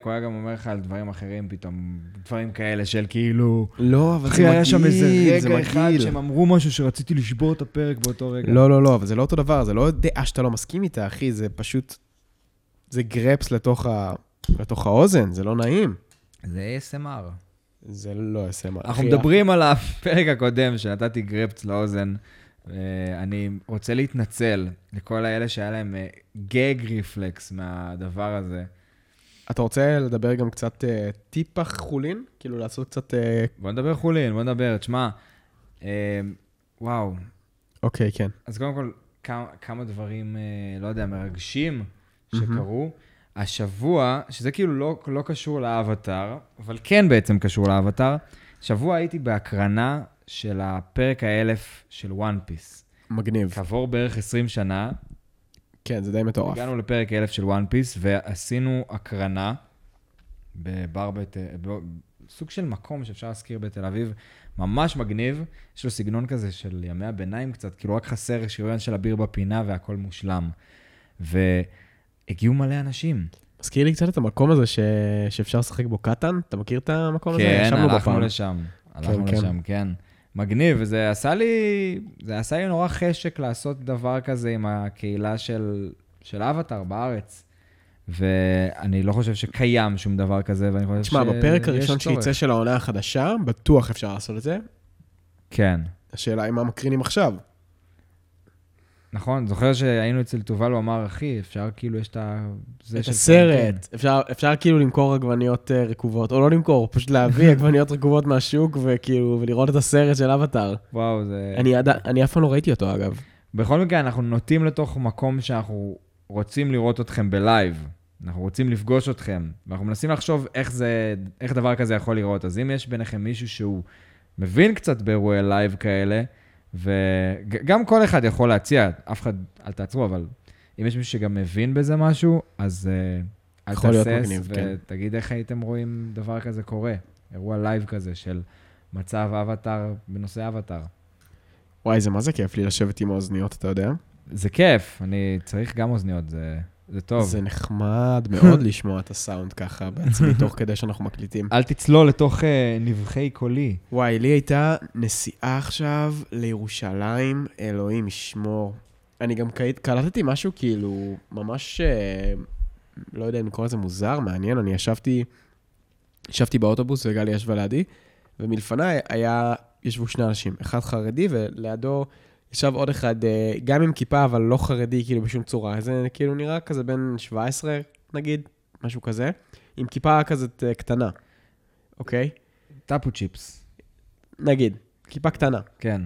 הוא היה גם אומר לך על דברים אחרים פתאום, דברים כאלה של כאילו... לא, אבל אחי, היה שם איזה רגע אחד שהם אמרו משהו שרציתי לשבור את הפרק באותו רגע. לא, אבל זה לא אותו דבר, זה לא דעה שאתה לא מסכים איתה, אחי, זה פשוט... זה גרפס לתוך האוזן, זה לא נעים. זה ASMR. זה לא ASMR. אנחנו מדברים על הפרק הקודם שנתתי גרפס לאוזן, אני רוצה להתנצל לכל האלה שהיה להם גג ריפלקס מהדבר הזה. אתה רוצה לדבר גם קצת טיפה חולין? כאילו לעשות קצת... בוא נדבר חולין, בוא נדבר. תשמע, וואו. אוקיי, כן. אז קודם כל, כמה דברים, לא יודע, מרגשים שקרו. השבוע, שזה כאילו לא קשור לאבטר, אבל כן בעצם קשור לאבטר, שבוע הייתי בהקרנה של הפרק 1000 של One Piece. מגניב. כעבור בערך 20 שנה. כן, זה די מטורף. הגענו לפרק 1000 של One Piece, ועשינו הקרנה בבר סוג של מקום שאפשר להזכיר בתל אביב, ממש מגניב. יש לו סגנון כזה של ימי הביניים קצת, כאילו רק חסר שריון של אביר בפינה והכל מושלם. והגיעו מלא אנשים. מזכיר לי קצת את המקום הזה שאפשר לשחק בו קטן. אתה מכיר את המקום הזה? כן, הלכנו לשם. הלכנו לשם, כן. מגניב, וזה עשה לי נורא חשק לעשות דבר כזה עם הקהילה של אבטר בארץ. ואני לא חושב שקיים שום דבר כזה, ואני חושב תשמע, בפרק הראשון שיצא של העונה החדשה, בטוח אפשר לעשות את זה. כן. השאלה היא מה מקרינים עכשיו. נכון, זוכר שהיינו אצל תובל, הוא אמר, אחי, אפשר כאילו, יש את הסרט. אפשר כאילו למכור עגבניות רקובות, או לא למכור, פשוט להביא עגבניות רקובות מהשוק, וכאילו, ולראות את הסרט של אבטר. וואו, זה... אני אף פעם לא ראיתי אותו, אגב. בכל מקרה, אנחנו נוטים לתוך מקום שאנחנו רוצים לראות אתכם בלייב. אנחנו רוצים לפגוש אתכם, ואנחנו מנסים לחשוב איך דבר כזה יכול לראות. אז אם יש ביניכם מישהו שהוא מבין קצת באירועי לייב כאלה, וגם כל אחד יכול להציע, אף אחד אל תעצרו, אבל אם יש מישהו שגם מבין בזה משהו, אז אל תעשס ותגיד איך הייתם רואים דבר כזה קורה. אירוע לייב כזה של מצב אבטר בנושא אבטר. וואי, זה מה זה כיף לי לשבת עם האוזניות, אתה יודע? זה כיף, אני צריך גם אוזניות, זה טוב. זה נחמד מאוד לשמוע את הסאונד ככה בעצמי, תוך כדי שאנחנו מקליטים. אל תצלול לתוך נבחי קולי. וואי, לי הייתה נסיעה עכשיו לירושלים, אלוהים ישמור. אני גם קלטתי משהו כאילו ממש, לא יודע אם לקרוא לזה מוזר, מעניין, אני ישבתי באוטובוס וגלי ישבה לידי, ומלפניי ישבו שני אנשים, אחד חרדי ולידו ישב עוד אחד, גם עם כיפה, אבל לא חרדי, כאילו בשום צורה. זה כאילו נראה כזה בין 17, נגיד, משהו כזה, עם כיפה כזאת קטנה, אוקיי? טאפו צ'יפס. נגיד, כיפה קטנה. כן.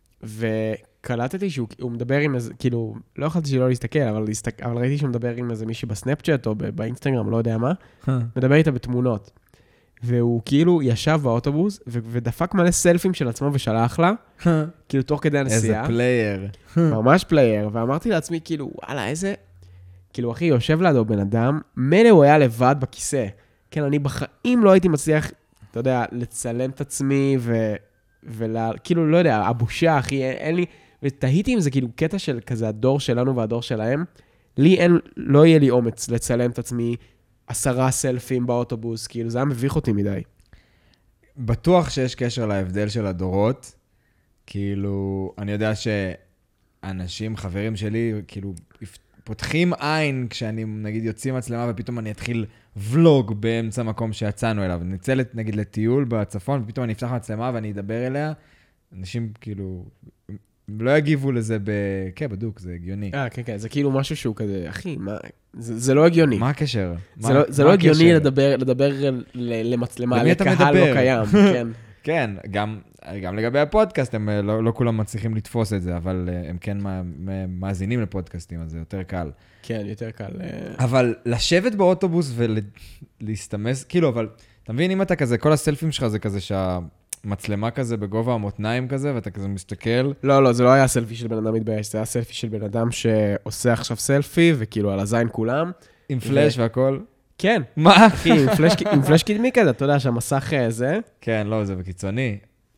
וקלטתי שהוא מדבר עם איזה, כאילו, לא יכולתי שלא להסתכל, אבל ראיתי שהוא מדבר עם איזה מישהי בסנאפצ'אט או באינסטגרם, לא יודע מה, מדבר איתה בתמונות. והוא כאילו ישב באוטובוס, ודפק מלא סלפים של עצמו ושלח לה, כאילו תוך כדי הנסיעה. איזה פלייר. ממש פלייר, ואמרתי לעצמי, כאילו, וואלה, איזה... כאילו, אחי, יושב לידו בן אדם, מלא הוא היה לבד בכיסא. כן, אני בחיים לא הייתי מצליח, אתה יודע, לצלם את עצמי, כאילו, לא יודע, הבושה, אחי, אין לי... ותהיתי אם זה כאילו קטע של כזה הדור שלנו והדור שלהם, לי לא יהיה לי אומץ לצלם את עצמי 10 סלפים באוטובוס, כאילו זה היה מביך אותי מדי. בטוח שיש קשר להבדל של הדורות, כאילו, אני יודע שאנשים, חברים שלי, כאילו, פותחים עין כשאני, נגיד, יוצאים מצלמה, ופתאום אני אתחיל ולוג באמצע מקום שיצאנו אליו. נצא, נגיד, לטיול בצפון, ופתאום אני אפתח מצלמה ואני אדבר אליה. אנשים, כאילו, לא יגיבו לזה כן, בדוק, זה הגיוני. כן, זה כאילו משהו שהוא כזה, אחי, מה... זה לא הגיוני. מה הקשר? זה לא הגיוני לדבר למצלמה, לקהל לא קיים, כן. כן, גם לגבי הפודקאסט, הם לא כולם מצליחים לתפוס את זה, אבל הם כן מאזינים לפודקאסטים, אז זה יותר קל. כן, יותר קל. אבל לשבת באוטובוס ולהסתמס, כאילו, אבל, אתה מבין, אם אתה כזה, כל הסלפים שלך זה כזה מצלמה כזה בגובה המותניים כזה, ואתה כזה מסתכל. לא, זה לא היה סלפי של בן אדם מתבייש, זה היה סלפי של בן אדם שעושה עכשיו סלפי, וכאילו על הזין כולם. עם פלאש והכל? כן. מה? אחי, עם פלאש קדמי כזה, אתה יודע שהמסך זה. כן, לא, זה בקיצוני.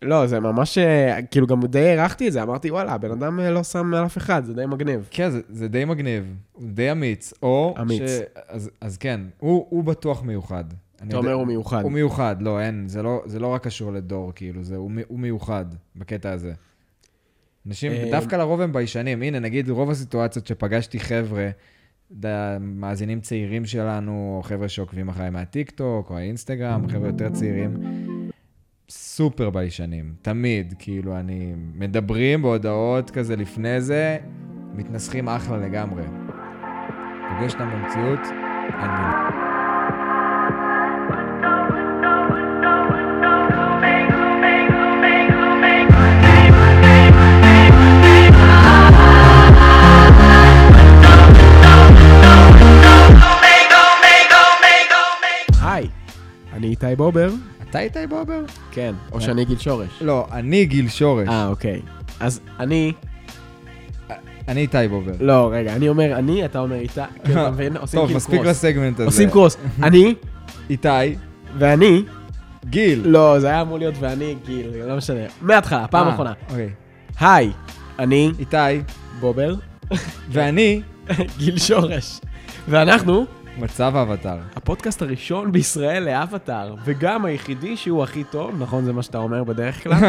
לא, זה ממש, כאילו גם די הערכתי את זה, אמרתי, וואלה, הבן אדם לא שם על אף אחד, זה די מגניב. כן, זה די מגניב, הוא די אמיץ, או אמיץ. אז כן, הוא בטוח מיוחד. אתה אומר הוא מיוחד. הוא מיוחד, לא, אין, זה לא רק קשור לדור, כאילו, הוא מיוחד בקטע הזה. אנשים, דווקא לרוב הם ביישנים, הנה, נגיד, רוב הסיטואציות שפגשתי חבר'ה, מאזינים צעירים שלנו, או חבר'ה שעוקבים אחריי מהטיק-טוק, או האינסטגרם, חבר'ה יותר צעירים, סופר ביישנים, תמיד, כאילו, אני מדברים בהודעות כזה לפני זה, מתנסחים אחלה לגמרי. פוגש אותם במציאות, אין מילה. היי, אני איתי בובר. אתה איתי בובר? כן, או שאני גיל שורש. לא, אני גיל שורש. אוקיי. אז אני איתי בובר. לא, רגע, אני אומר אני, אתה אומר איתי. אתה מבין? עושים טוב, כאילו מספיק קרוס. לסגמנט הזה. עושים קרוס. אני איתי, ואני. גיל. לא, זה היה אמור להיות ואני גיל, לא משנה. מההתחלה, פעם אחרונה. אוקיי. היי, אני איתי, בובר. ואני, גיל שורש. ואנחנו מצב האבטר. הפודקאסט הראשון בישראל לאבטר, וגם היחידי שהוא הכי טוב, נכון? זה מה שאתה אומר בדרך כלל.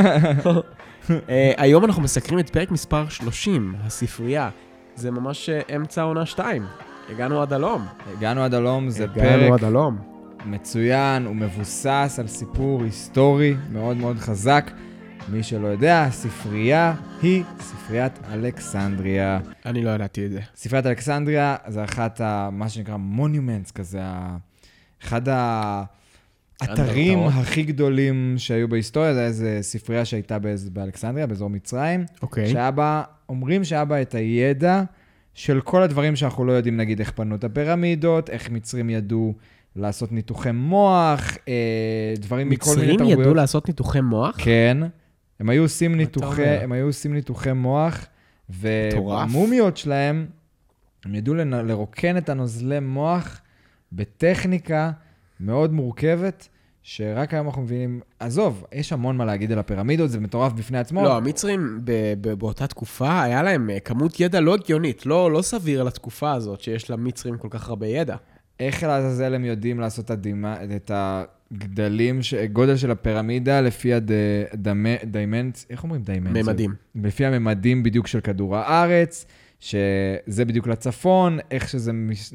היום אנחנו מסקרים את פרק מספר 30, הספרייה. זה ממש אמצע עונה 2. הגענו עד הלום. הגענו עד הלום, זה הגענו פרק עד הלום. מצוין, הוא מבוסס על סיפור היסטורי מאוד מאוד חזק. מי שלא יודע, הספרייה היא ספריית אלכסנדריה. אני לא ידעתי את זה. ספריית אלכסנדריה זה אחת מה שנקרא מונומנטס, כזה אחד האתרים הכי גדולים שהיו בהיסטוריה, זה איזו ספרייה שהייתה באלכסנדריה, באזור מצרים. אוקיי. שהיה בה, אומרים שהיה בה את הידע של כל הדברים שאנחנו לא יודעים, נגיד איך פנו את הפירמידות, איך מצרים ידעו לעשות ניתוחי מוח, דברים מכל מיני תרבויות. מצרים ידעו לעשות ניתוחי מוח? כן. הם היו עושים ניתוחי מוח, ובמומיות שלהם, הם ידעו לרוקן את הנוזלי מוח בטכניקה מאוד מורכבת, שרק היום אנחנו מבינים, עזוב, יש המון מה להגיד על הפירמידות, זה מטורף בפני עצמו. לא, המצרים באותה תקופה, היה להם כמות ידע לא הגיונית, לא סביר לתקופה הזאת, שיש למצרים כל כך הרבה ידע. איך לעזאזל הם יודעים לעשות את הגדלים, גודל של הפירמידה, לפי הדיימנט, איך אומרים דיימנט? ממדים. לפי הממדים בדיוק של כדור הארץ, שזה בדיוק לצפון, איך שזה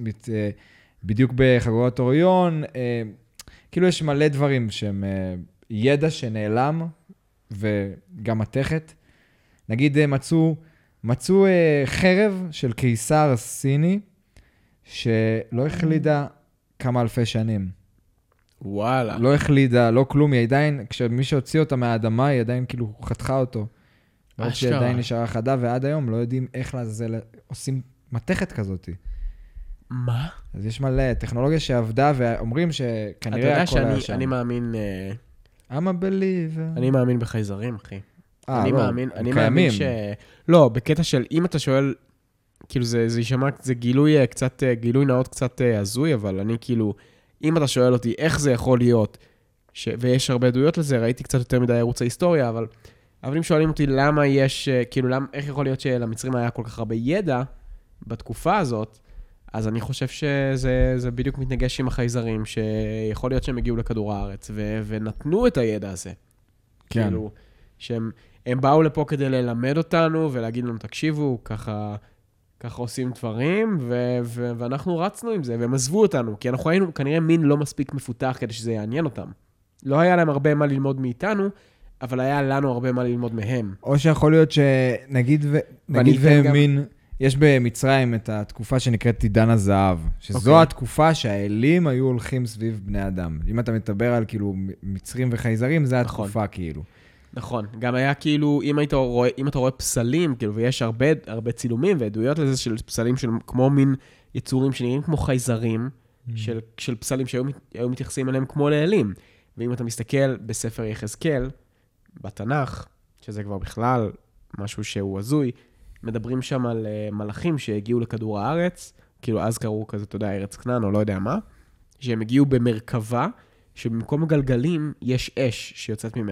בדיוק בחגורת אוריון, כאילו יש מלא דברים שהם ידע שנעלם, וגם מתכת. נגיד מצאו חרב של קיסר סיני, שלא החלידה כמה אלפי שנים. וואלה. לא החלידה, לא כלום, היא עדיין, כשמי שהוציא אותה מהאדמה, היא עדיין כאילו חתכה אותו. לא שהיא עדיין נשארה חדה, ועד היום לא יודעים איך עושים מתכת כזאת. מה? אז יש מלא טכנולוגיה שעבדה, ואומרים שכנראה הכל היה שם. אתה יודע שאני מאמין... I'm a believer. אני מאמין בחייזרים, אחי. אני לא, מאמין לא, בקטע של אם אתה שואל, כאילו זה יישמע, זה גילוי נאות קצת הזוי, אבל אני כאילו, אם אתה שואל אותי איך זה יכול להיות, ויש הרבה עדויות לזה, ראיתי קצת יותר מדי ערוץ ההיסטוריה, אבל אם שואלים אותי למה יש, כאילו, איך יכול להיות שלמצרים היה כל כך הרבה ידע בתקופה הזאת, אז אני חושב שזה בדיוק מתנגש עם החייזרים, שיכול להיות שהם הגיעו לכדור הארץ, ונתנו את הידע הזה. כן. כאילו, שהם באו לפה כדי ללמד אותנו, ולהגיד לנו, תקשיבו, ככה עושים דברים, ואנחנו רצנו עם זה, והם עזבו אותנו, כי אנחנו היינו כנראה מין לא מספיק מפותח כדי שזה יעניין אותם. לא היה להם הרבה מה ללמוד מאיתנו, אבל היה לנו הרבה מה ללמוד מהם. או שיכול להיות שנגיד ומין, יש במצרים את התקופה שנקראת עידן הזהב, שזו התקופה שהאלים היו הולכים סביב בני אדם. אם אתה מדבר על כאילו מצרים וחייזרים, זה התקופה כאילו. נכון, גם היה כאילו, אם אתה רואה פסלים, כאילו, ויש הרבה צילומים ועדויות לזה של פסלים של כמו מין יצורים שנראים כמו חייזרים, של פסלים שהיו מתייחסים אליהם כמו לאלים. ואם אתה מסתכל בספר יחזקאל, בתנ"ך, שזה כבר בכלל משהו שהוא הזוי, מדברים שם על מלאכים שהגיעו לכדור הארץ, כאילו אז קראו כזה, אתה יודע, ארץ כנען או לא יודע מה, שהם הגיעו במרכבה, שבמקום גלגלים יש אש שיוצאת ממנה.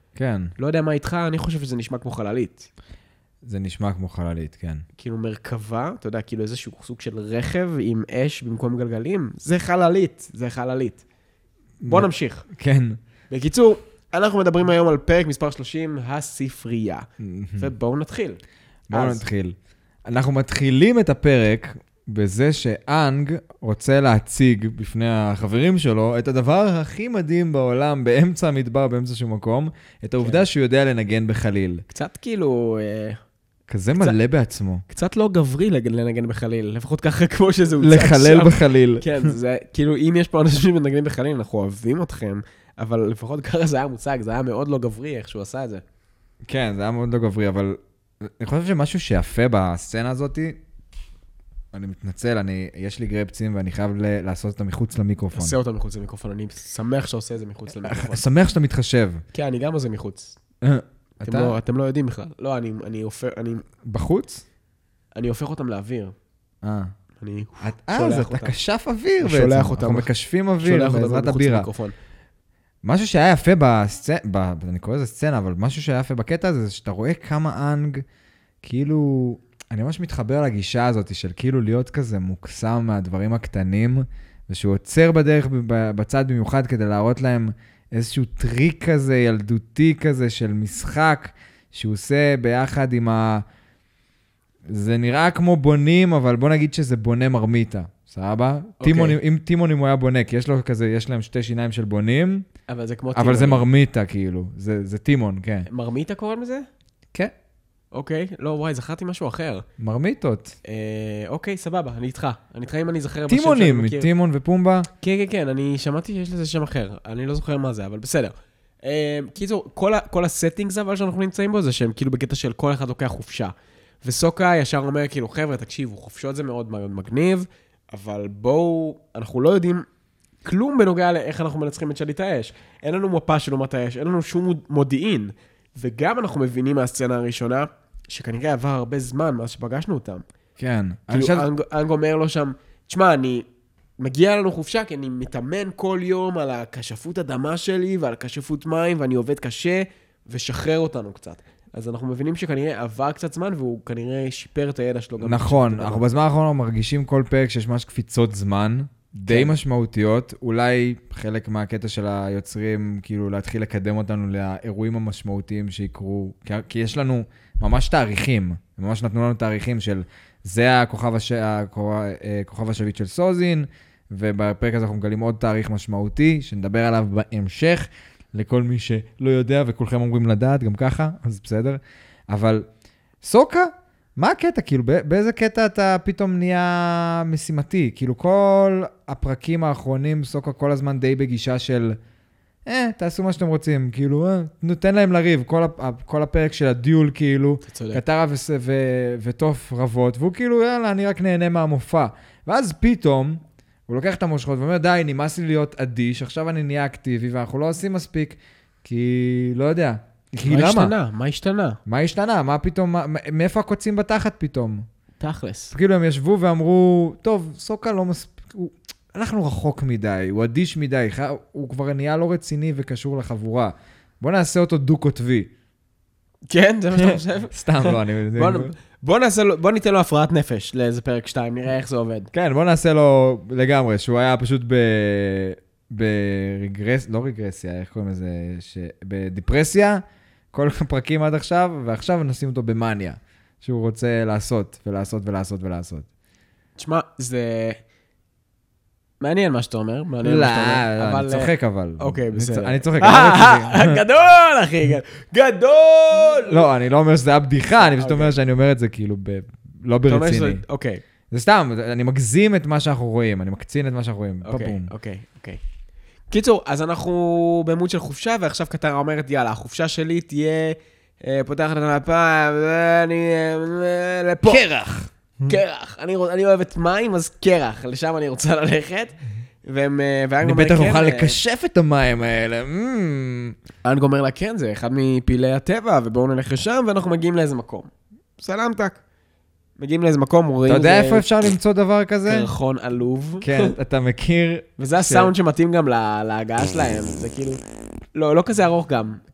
כן. לא יודע מה איתך, אני חושב שזה נשמע כמו חללית. זה נשמע כמו חללית, כן. כאילו מרכבה, אתה יודע, כאילו איזשהו סוג של רכב עם אש במקום גלגלים, זה חללית, זה חללית. בוא נמשיך. כן. בקיצור, אנחנו מדברים היום על פרק מספר 30, הספרייה. ובואו נתחיל. בואו נתחיל. אנחנו מתחילים את הפרק בזה שאנג רוצה להציג בפני החברים שלו את הדבר הכי מדהים בעולם באמצע המדבר, באמצע שום מקום, את העובדה שהוא יודע לנגן בחליל. קצת כאילו... כזה מלא בעצמו. קצת לא גברי לנגן בחליל, לפחות ככה כמו שזה הוצג שם. לחלל בחליל. כן, זה כאילו אם יש פה אנשים שמנגנים בחליל, אנחנו אוהבים אתכם, אבל לפחות ככה זה היה מוצג, זה היה מאוד לא גברי איך שהוא עשה את זה. כן, זה היה מאוד לא גברי, אבל אני חושב שמשהו שיפה בסצנה הזאת, אני מתנצל, יש לי גרפצים ואני חייב לעשות אותם מחוץ למיקרופון. עושה אותם מחוץ למיקרופון, אני שמח שעושה את זה מחוץ למיקרופון. שמח שאתה מתחשב. כן, אני גם עושה מחוץ. אתה? אתם לא יודעים בכלל. לא, אני בחוץ? אני הופך אותם לאוויר. אני אז אתה קשף אוויר בעצם. שולח אותם. אנחנו מקשפים אוויר בעזרת הבירה. משהו שהיה יפה בסצנה, אני קורא לזה סצנה, אבל משהו שהיה יפה בקטע הזה, זה שאתה רואה כמה אנג, כאילו, אני ממש מתחבר לגישה הזאת של כאילו להיות כזה מוקסם מהדברים הקטנים, ושהוא עוצר בדרך בצד במיוחד כדי להראות להם איזשהו טריק כזה, ילדותי כזה של משחק, שהוא עושה ביחד עם זה נראה כמו בונים, אבל בוא נגיד שזה בונה מרמיתה, סבבה? אם טימון אם הוא היה בונה, כי יש לו כזה, יש להם שתי שיניים של בונים, אבל זה כמו טימון. אבל זה מרמיתה כאילו, זה טימון, כן. מרמיתה קוראים לזה? כן. אוקיי, לא, וואי, זכרתי משהו אחר. מרמיתות. אוקיי, סבבה, אני איתך אם אני זכר... טימונים, טימון ופומבה. כן, כן, כן, אני שמעתי שיש לזה שם אחר. אני לא זוכר מה זה, אבל בסדר. קיצור, כל הסטינגס אבל שאנחנו נמצאים בו, זה שהם כאילו בקטע של כל אחד לוקח חופשה. וסוקה ישר אומר, כאילו, חבר'ה, תקשיבו, חופשות זה מאוד מאוד מגניב, אבל בואו, אנחנו לא יודעים כלום בנוגע לאיך אנחנו מנצחים את שליט האש. אין לנו מפה של אומת האש, אין לנו שום מודיעין. וגם אנחנו מבינים מהסצנה הראשונה, שכנראה עבר הרבה זמן מאז שפגשנו אותם. כן. כאילו, אנג אומר לו שם, תשמע, מגיע לנו חופשה, כי אני מתאמן כל יום על הקשפות אדמה שלי, ועל קשפות מים, ואני עובד קשה, ושחרר אותנו קצת. אז אנחנו מבינים שכנראה עבר קצת זמן, והוא כנראה שיפר את הידע שלו. נכון, אנחנו בזמן האחרון מרגישים כל פרק שיש ממש קפיצות זמן, די משמעותיות, אולי חלק מהקטע של היוצרים, כאילו להתחיל לקדם אותנו לאירועים המשמעותיים שיקרו, כי יש לנו ממש תאריכים, ממש נתנו לנו תאריכים של, זה הכוכב השביט של סוזין, ובפרק הזה אנחנו מגלים עוד תאריך משמעותי, שנדבר עליו בהמשך, לכל מי שלא יודע, וכולכם אומרים לדעת, גם ככה, אז בסדר. אבל סוקה, מה הקטע? כאילו, באיזה קטע אתה פתאום נהיה משימתי? כאילו, כל הפרקים האחרונים, סוקה כל הזמן די בגישה של, תעשו מה שאתם רוצים. כאילו, נותן להם לריב. כל הפרק של הדיול, כאילו, קטרה וטוף רבות, והוא כאילו, יאללה, אני רק נהנה מהמופע. ואז פתאום, הוא לוקח את המושכות ואומר, די, נמאס לי להיות אדיש, עכשיו אני נהיה אקטיבי, ואנחנו לא עושים מספיק, כי לא יודע. מה השתנה? מה השתנה? מה פתאום, מאיפה הקוצים בתחת פתאום? תכלס. כאילו הם ישבו ואמרו, טוב, סוקה לא מספיק, אנחנו רחוק מדי, הוא אדיש מדי, הוא כבר נהיה לא רציני וקשור לחבורה. בוא נעשה אותו דו-קוטבי. כן, זה מה שאתה חושב? סתם לא, אני... בוא ניתן לו הפרעת נפש לאיזה פרק 2, נראה איך זה עובד. כן, בוא נעשה לו לגמרי, שהוא היה פשוט לא רגרסיה, איך קוראים לזה? בדיפרסיה, כל הפרקים עד עכשיו, ועכשיו נשים אותו במניה, שהוא רוצה לעשות, ולעשות, ולעשות, ולעשות. תשמע, זה... מעניין מה שאתה אומר, לא, אני צוחק אבל. אוקיי, בסדר. אני צוחק. גדול, אחי, גדול! לא, אני לא אומר שזה היה בדיחה, אני פשוט אומר שאני אומר את זה כאילו לא ברציני. אוקיי. זה סתם, אני מגזים את מה שאנחנו רואים, אני מקצין את מה שאנחנו רואים. אוקיי. קיצור, אז אנחנו בעמוד של חופשה, ועכשיו קטרה אומרת, יאללה, החופשה שלי תהיה פותחת את המפה, ואני לפה. קרח. קרח. אני אוהבת מים, אז קרח. לשם אני רוצה ללכת. אני בטח אוכל לקשף את המים האלה. אנג אומר לה, כן, זה אחד מפעילי הטבע, ובואו נלך לשם, ואנחנו מגיעים לאיזה מקום. סלמתק. מגיעים לאיזה מקום, רואים... אתה יודע איפה אפשר למצוא דבר כזה? קרחון עלוב. כן, אתה מכיר... וזה הסאונד שמתאים גם להגעה שלהם. זה כאילו... לא כזה ארוך גם. כאילו,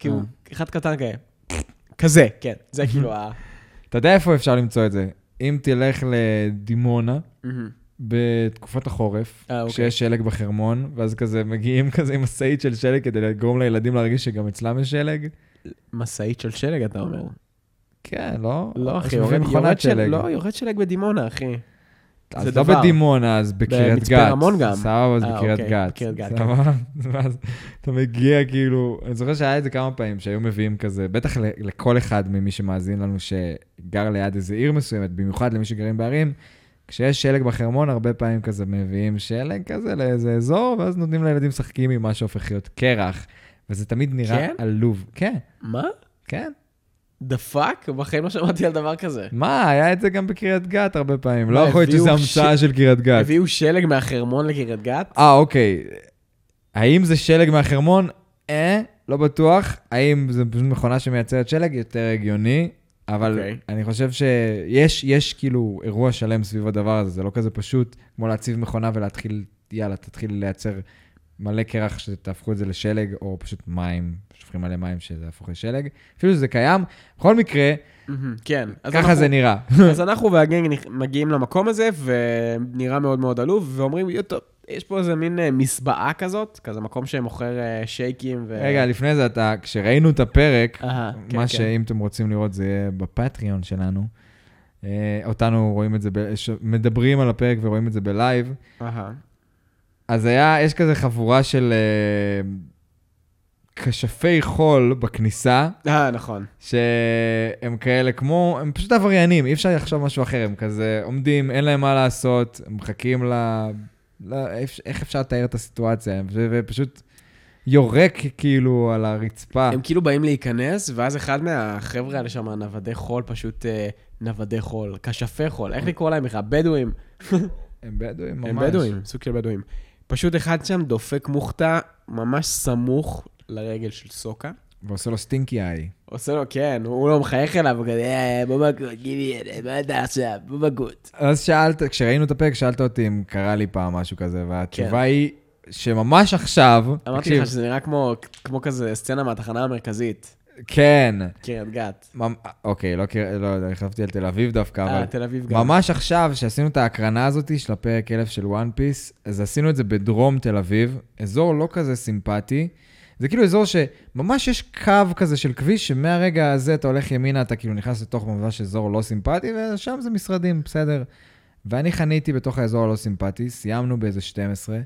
אחד קטן כזה, כן, זה כאילו אתה יודע איפה אפשר למצוא את זה? אם תלך לדימונה, בתקופת החורף, כשיש שלג בחרמון, ואז כזה מגיעים כזה עם מסעית של שלג, כדי לגרום לילדים להרגיש שגם אצלם יש שלג. מסעית של שלג, אתה אומר? כן, לא? לא, אחי, יורד שלג בדימונה, אחי. אז לא בדימונה, אז בקריית גת. במצפה רמון גם. סבבה, אז בקריית גת. בקריית גת, כן. סבבה? ואז אתה מגיע כאילו, אני זוכר שהיה את זה כמה פעמים, שהיו מביאים כזה, בטח לכל אחד ממי שמאזין לנו, שגר ליד איזה עיר מסוימת, במיוחד למי שגרים בערים, כשיש שלג בחרמון, הרבה פעמים כזה מביאים שלג כזה לאיזה אזור, ואז נותנים לילדים שחקים עם מה שהופך להיות קרח, וזה תמיד נראה עלוב. כן. מה? כן. The fuck? בחיים לא שמעתי על דבר כזה. מה? היה את זה גם בקריית גת הרבה פעמים. לא יכול להיות שזה המצאה של קריית גת. הביאו שלג מהחרמון לקריית גת? אוקיי. האם זה שלג מהחרמון? לא בטוח. האם זה פשוט מכונה שמייצרת שלג? יותר הגיוני. אבל אני חושב שיש כאילו אירוע שלם סביב הדבר הזה. זה לא כזה פשוט כמו להציב מכונה ולהתחיל, יאללה, תתחיל לייצר מלא קרח שתהפכו את זה לשלג, או פשוט מים, שופכים מלא מים שזה יהפוך לשלג. אפילו שזה קיים. בכל מקרה, כן. ככה זה נראה. אז אנחנו והגנג מגיעים למקום הזה, ונראה מאוד מאוד עלוב, ואומרים, טוב, יש פה איזה מין מסבעה כזאת, כזה מקום שמוכר שייקים רגע, לפני זה, כשראינו את הפרק, מה שאם אתם רוצים לראות זה יהיה בפטריון שלנו, אותנו רואים את זה, מדברים על הפרק ורואים את זה בלייב, אז יש כזה חבורה של כשפי חול בכניסה. נכון. שהם כאלה כמו, הם פשוט עבריינים, אי אפשר לחשוב משהו אחר, הם כזה עומדים, אין להם מה לעשות, הם מחכים איך אפשר לתאר את הסיטואציה, ופשוט יורק כאילו על הרצפה. הם כאילו באים להיכנס, ואז אחד מהחבר'ה האלה שם, נוודי חול, פשוט נוודי חול, כשפי חול, איך לקרוא להם בכלל? בדואים. הם בדואים ממש. הם בדואים, סוג של בדואים. פשוט אחד שם דופק מוכתה ממש סמוך לרגל של סוקה. ועושה לו סטינקי איי. עושה לו, כן, הוא לא מחייך אליו, הוא כזה, בובקות, גיבי, מה אתה עכשיו, בובקות. אז כשראינו את הפרק, שאלת אותי אם קרה לי פעם משהו כזה, והתשובה היא שממש עכשיו... אמרתי לך שזה נראה כמו כזה סצנה מהתחנה המרכזית. כן. קריית גת. אוקיי, לא יודע, חשבתי על תל אביב דווקא, אבל... תל אביב גם. ממש עכשיו, שעשינו את ההקרנה הזאת של הפרק 1000 של וואן פיס, אז עשינו את זה בדרום תל אביב, אזור לא כזה סימפטי, זה כאילו אזור שממש יש קו כזה של כביש, שמהרגע הזה אתה הולך ימינה, אתה כאילו נכנס לתוך ממש אזור לא סימפטי, ושם זה משרדים, בסדר. ואני חניתי בתוך האזור הלא סימפטי, סיימנו באיזה 12,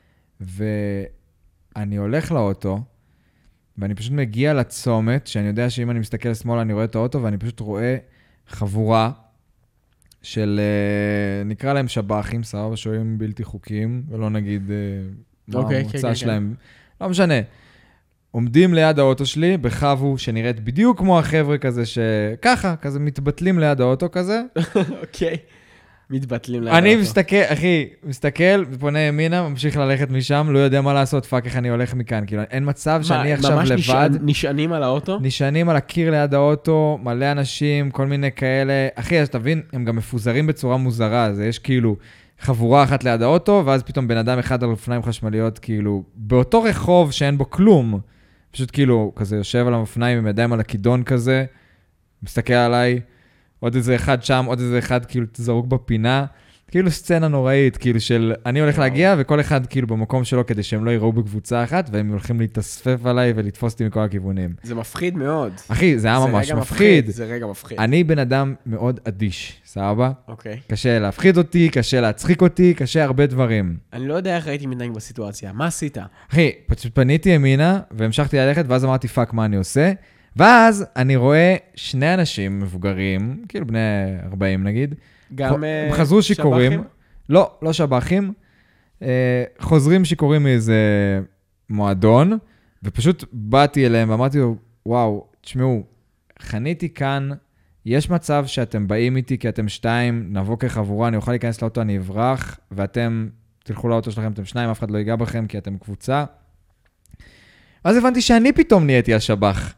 ואני הולך לאוטו, ואני פשוט מגיע לצומת, שאני יודע שאם אני מסתכל לשמאל, אני רואה את האוטו, ואני פשוט רואה חבורה של, נקרא להם שב"חים, סבבה, שוהים בלתי חוקיים, ולא נגיד מה המוצא שלהם. לא משנה. עומדים ליד האוטו שלי, בחבו שנראית בדיוק כמו החבר'ה כזה, שככה, כזה מתבטלים ליד האוטו כזה. אוקיי. מתבטלים ליד האוטו. אני מסתכל, פונה ימינה, ממשיך ללכת משם, לא יודע מה לעשות, פאק איך אני הולך מכאן. כאילו, אין מצב שאני עכשיו לבד. ממש נשענים על האוטו? נשענים על הקיר ליד האוטו, מלא אנשים, כל מיני כאלה. אחי, אז תבין, הם גם מפוזרים בצורה מוזרה, אז יש כאילו חבורה אחת ליד האוטו, ואז פתאום בן אדם אחד על אופניים חשמליות, כאילו, באותו רחוב שאין בו כלום, פשוט כאילו, כזה יושב על המופניים עם ידיים על הכידון כזה, מסתכל עליי, עוד איזה אחד שם, עוד איזה אחד כאילו זרוק בפינה, כאילו סצנה נוראית, כאילו של אני הולך להגיע, וכל אחד כאילו במקום שלו, כדי שהם לא יראו בקבוצה אחת, והם הולכים להתאספף עליי ולתפוס אותי מכל הכיוונים. זה מפחיד מאוד. אחי, זה היה ממש מפחיד. זה רגע מפחיד. אני בן אדם מאוד אדיש, סבבה? אוקיי. קשה להפחיד אותי, קשה להצחיק אותי, קשה הרבה דברים. אני לא יודע איך הייתי מתנהג בסיטואציה. מה עשית? אחי, פשוט פניתי ימינה, והמשכתי ללכת, ואז אמרתי, פאק, מה אני עושה? ואז אני רואה שני אנשים מבוגרים, כאילו בני 40 נגיד, גם חזרו שיכורים. שב"חים? לא שב"חים. חוזרים שיכורים מאיזה מועדון, ופשוט באתי אליהם ואמרתי לו, וואו, תשמעו, חניתי כאן, יש מצב שאתם באים איתי כי אתם 2, נבוא כחבורה, אני אוכל להיכנס לאוטו, אני אברח, ואתם תלכו לאוטו שלכם, אתם 2, אף אחד לא ייגע בכם כי אתם קבוצה. אז הבנתי שאני פתאום נהייתי השב"ח.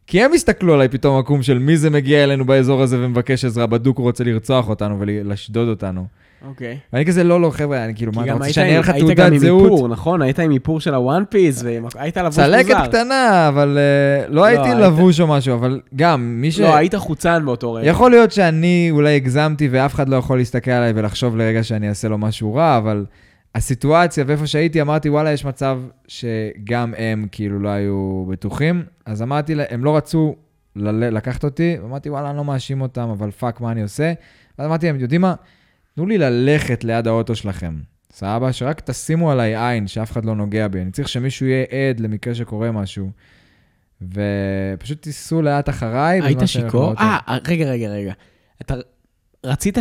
כי הם הסתכלו עליי פתאום עקום של מי זה מגיע אלינו באזור הזה ומבקש עזרה, בדוק הוא רוצה לרצוח אותנו ולשדוד אותנו. אוקיי. ואני כזה, לא, חבר'ה, אני כאילו, מה, אתה רוצה שאני אהיה לך היית תעודת גם עם זהות? איפור, נכון? היית עם איפור של הוואן פיס, והיית לבוש מוזר. צלקת קטנה, אבל לא הייתי לבוש או משהו, אבל גם מי ש... לא, היית חוצן באותו רגע. יכול להיות שאני אולי הגזמתי ואף אחד לא יכול להסתכל עליי ולחשוב לרגע שאני אעשה לו משהו רע, אבל הסיטואציה ואיפה שהייתי, אמרתי, וואלה, יש מצב שגם הם כאילו לא היו בטוחים, אז אמרתי, הם לא רצו לקחת אותי, ואמרתי, וואלה, אני לא מאשים אותם, אבל פאק, מה אני עושה? אז אמרתי, הם יודעים מה? תנו לי ללכת ליד האוטו שלכם. סבבה? שרק תשימו עליי עין, שאף אחד לא נוגע בי. אני צריך שמישהו יהיה עד למקרה שקורה משהו. ופשוט תיסעו לאט אחריי. היית שיקור? רגע. אתה רצית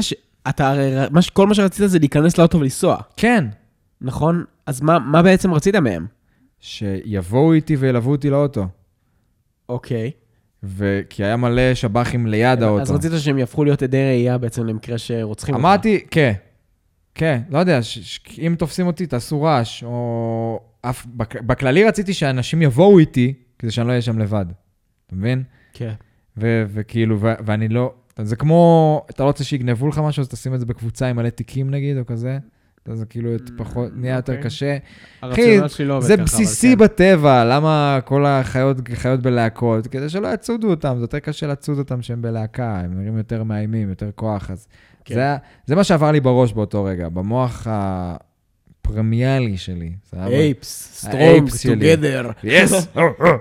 כל מה שרצית זה להיכנס לאוטו ולנסוע. כן. נכון? אז מה בעצם רצית מהם? שיבואו איתי וילוו אותי לאוטו. אוקיי. כי היה מלא שבחים ליד האוטו. אז רצית שהם יהפכו להיות עדי ראייה בעצם למקרה שרוצחים אותך. אמרתי, כן, לא יודע, אם תופסים אותי, תעשו רעש, או... בכללי רציתי שאנשים יבואו איתי, כדי שאני לא אהיה שם לבד. אתה מבין? כן. וכאילו, ואני לא... זה כמו, אתה לא רוצה שיגנבו לך משהו, אז תשים את זה בקבוצה עם מלא תיקים נגיד, או כזה. זה כאילו פחות, נהיה יותר קשה. אחי, זה בסיסי בטבע, למה כל החיות בלהקות? כדי שלא יצודו אותם, זה יותר קשה לצוד אותם שהם בלהקה, הם נראים יותר מאיימים, יותר כוח, אז זה מה שעבר לי בראש באותו רגע, במוח הפרמיאלי שלי. Apes, strong together. Yes!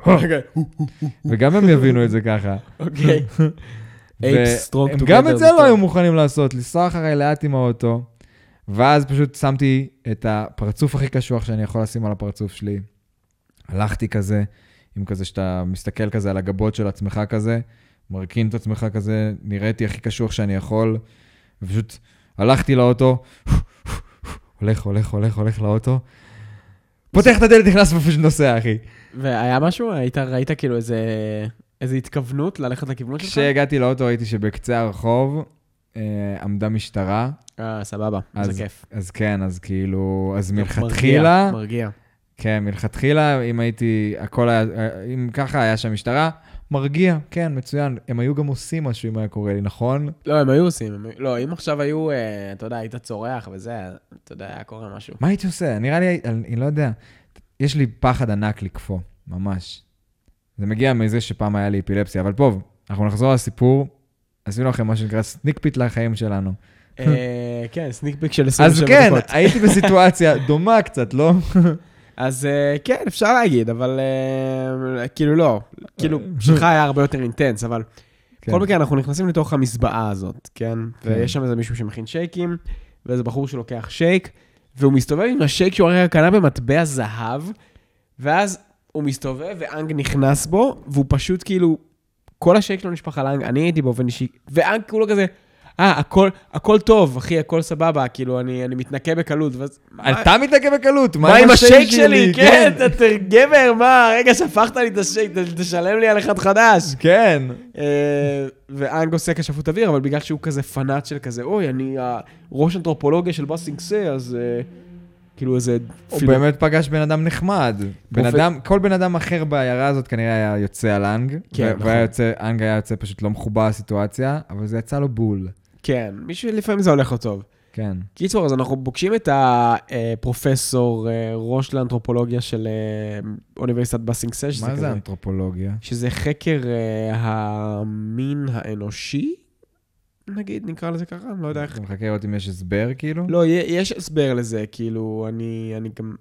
וגם הם יבינו את זה ככה. אוקיי. Apes, strong together. גם את זה לא היו מוכנים לעשות, לנסוע אחרי לאט עם האוטו. ואז פשוט שמתי את הפרצוף הכי קשוח שאני יכול לשים על הפרצוף שלי. הלכתי כזה, עם כזה שאתה מסתכל כזה על הגבות של עצמך כזה, מרכין את עצמך כזה, נראיתי הכי קשוח שאני יכול, ופשוט הלכתי לאוטו, הולך לאוטו, פותח את הדלת, נכנס ופשוט נוסע, אחי. והיה משהו? ראית כאילו איזה התכוונות ללכת לכיוונות שלך? כשהגעתי לאוטו ראיתי שבקצה הרחוב עמדה משטרה, סבבה, זה כיף. אז כן, אז כאילו, אז מלכתחילה... מרגיע. כן, מלכתחילה, אם הייתי, הכל היה, אם ככה היה שם משטרה, מרגיע, כן, מצוין. הם היו גם עושים משהו אם היה קורה לי, נכון? לא, הם היו עושים. לא, אם עכשיו היו, אתה יודע, היית צורח וזה, אתה יודע, היה קורה משהו. מה הייתי עושה? נראה לי, אני לא יודע. יש לי פחד ענק לקפוא, ממש. זה מגיע מזה שפעם היה לי אפילפסיה, אבל פה, אנחנו נחזור לסיפור, עשינו לכם מה שנקרא סניק פיט לחיים שלנו. כן, סניק פיק של 27 דקות. אז כן, הייתי בסיטואציה דומה קצת, לא? אז כן, אפשר להגיד, אבל כאילו לא. כאילו, שלך היה הרבה יותר אינטנס, אבל כל מקרה אנחנו נכנסים לתוך המסבעה הזאת, כן? ויש שם איזה מישהו שמכין שייקים, ואיזה בחור שלוקח שייק, והוא מסתובב עם השייק שהוא הרגע קנה במטבע זהב, ואז הוא מסתובב ואנג נכנס בו, והוא פשוט כאילו, כל השייק לא נשפך על אנג, אני הייתי באופן אישי, ואנג כולו כזה, הכל טוב, אחי, הכל סבבה, כאילו, אני מתנקה בקלות. אתה מתנקה בקלות? מה עם השייק שלי? כן, אתה גבר, מה? רגע, שפכת לי את השייק, תשלם לי על אחד חדש. כן. ואנג עושה כשפות אוויר, אבל בגלל שהוא כזה פנאט של כזה, אוי, אני ראש אנתרופולוגיה של בסינגסה, אז כאילו איזה... הוא באמת פגש בן אדם נחמד. כל בן אדם אחר בעיירה הזאת כנראה היה יוצא על אנג, ואנג היה יוצא פשוט לא מחובה הסיטואציה, אבל זה יצא לו בול. כן, מישהו לפעמים זה הולך לו טוב. כן. קיצור, אז אנחנו פוגשים את הפרופסור ראש לאנתרופולוגיה של אוניברסיטת בסינגסה. מה זה אנתרופולוגיה? שזה חקר המין האנושי, נגיד, נקרא לזה ככה, אני לא יודע איך. אתה מחכה לראות אם יש הסבר, כאילו? לא, יש הסבר לזה, כאילו, אני גם...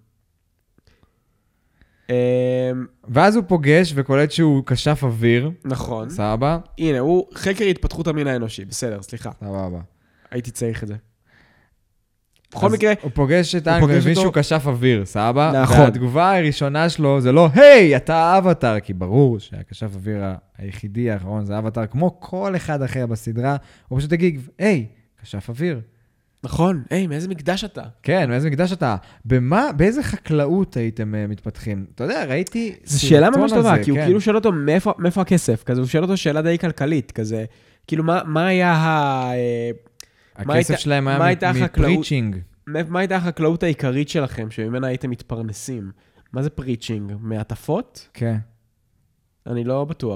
ואז הוא פוגש וקולט שהוא כשף אוויר. נכון. סבבה. הנה, הוא חקר התפתחות המין האנושי, בסדר, סליחה. סבבה. הייתי צריך את זה. בכל מקרה... הוא פוגש את אנג ומבין שהוא כשף אוויר, סבבה? נכון. והתגובה הראשונה שלו זה לא, היי, אתה האבטר, כי ברור שהכשף אוויר היחידי האחרון זה האבטר, כמו כל אחד אחר בסדרה, הוא פשוט יגיד, היי, כשף אוויר. נכון, היי, מאיזה מקדש אתה? כן, מאיזה מקדש אתה? באיזה חקלאות הייתם מתפתחים? אתה יודע, ראיתי... זו שאלה ממש טובה, כי הוא כאילו שואל אותו, מאיפה הכסף? כזה, הוא שואל אותו שאלה די כלכלית, כזה, כאילו, מה היה הכסף שלהם היה מפריצ'ינג. מה הייתה החקלאות העיקרית שלכם, שממנה הייתם מתפרנסים? מה זה פריצ'ינג? מעטפות? כן. אני לא בטוח.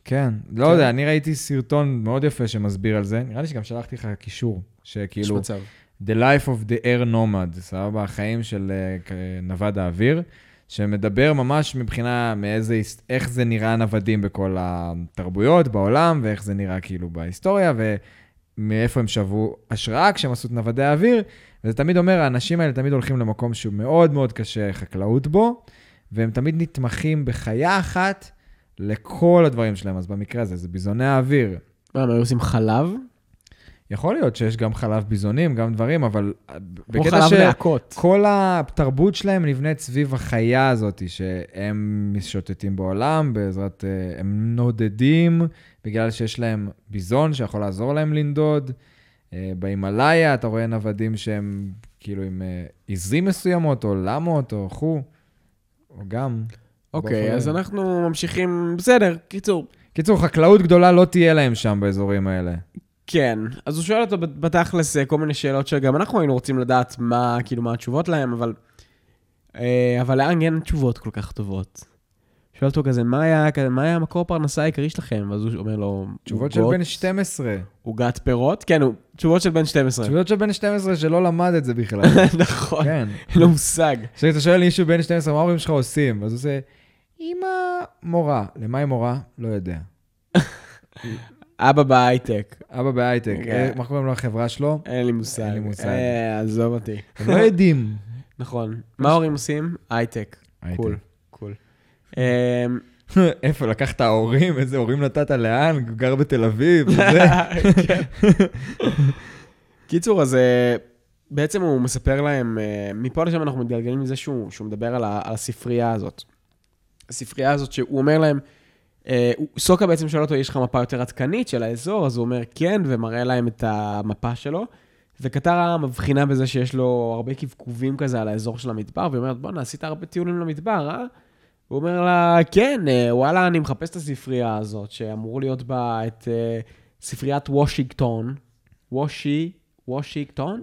כן, לא יודע, אני ראיתי סרטון מאוד יפה שמסביר על זה, נראה לי שגם שלחתי לך קישור, שכאילו, יש מצב. The Life of the Air Nomad, סבבה, החיים של נווד האוויר, שמדבר ממש מבחינה איך זה נראה נוודים בכל התרבויות בעולם, ואיך זה נראה כאילו בהיסטוריה, ומאיפה הם שבו השראה כשהם עשו את נוודי האוויר, וזה תמיד אומר, האנשים האלה תמיד הולכים למקום שהוא מאוד מאוד קשה חקלאות בו, והם תמיד נתמכים בחיה אחת לכל הדברים שלהם, אז במקרה הזה, זה ביזוני האוויר. מה, הם היו עושים חלב? יכול להיות שיש גם חלב ביזונים, גם דברים, אבל או חלב להקות. כל התרבות שלהם נבנית סביב החיה הזאת, שהם משוטטים בעולם, בעזרת, הם נודדים, בגלל שיש להם ביזון שיכול לעזור להם לנדוד. בהימאליה אתה רואה נוודים שהם כאילו עם עיזים מסוימות, או למות, או חו, או גם. אוקיי, אז אנחנו ממשיכים, בסדר, קיצור. קיצור, חקלאות גדולה לא תהיה להם שם באזורים האלה. כן, אז הוא שואל אותו בתכלס כל מיני שאלות שגם אנחנו היינו רוצים לדעת מה, כאילו, מה התשובות להם, אבל לאן אין תשובות כל כך טובות. שואל אותו כזה, מה היה המקור פרנסה העיקרי שלכם? ואז הוא אומר לו, תשובות של בן 12. עוגת פירות? כן, תשובות של בן 12. תשובות של בן 12 שלא למד את זה בכלל. נכון, כן. אין לו מושג. כשאתה שואל מישהו בן 12, מה ההורים שלך עושים? אז הוא עושה, אמא מורה. למה היא מורה? לא יודע. אבא בהייטק. אבא בהייטק. מה קוראים לו החברה שלו? אין לי מושג. אין לי מושג. עזוב אותי. הם לא יודעים. נכון. מה ההורים עושים? הייטק. קול. קול. איפה, לקחת ההורים? איזה הורים נתת לאן? גר בתל אביב? וזה. קיצור, אז בעצם הוא מספר להם, מפה לשם אנחנו מתגלגלים מזה שהוא מדבר על הספרייה הזאת. הספרייה הזאת שהוא אומר להם, סוקה בעצם שואל אותו, יש לך מפה יותר עדכנית של האזור? אז הוא אומר כן, ומראה להם את המפה שלו. וקטרה מבחינה בזה שיש לו הרבה קבקובים כזה על האזור של המדבר, והיא אומרת, בוא, עשית הרבה טיולים למדבר, אה? הוא אומר לה, כן, וואלה, אני מחפש את הספרייה הזאת, שאמור להיות בה את ספריית וושינגטון. וושינגטון?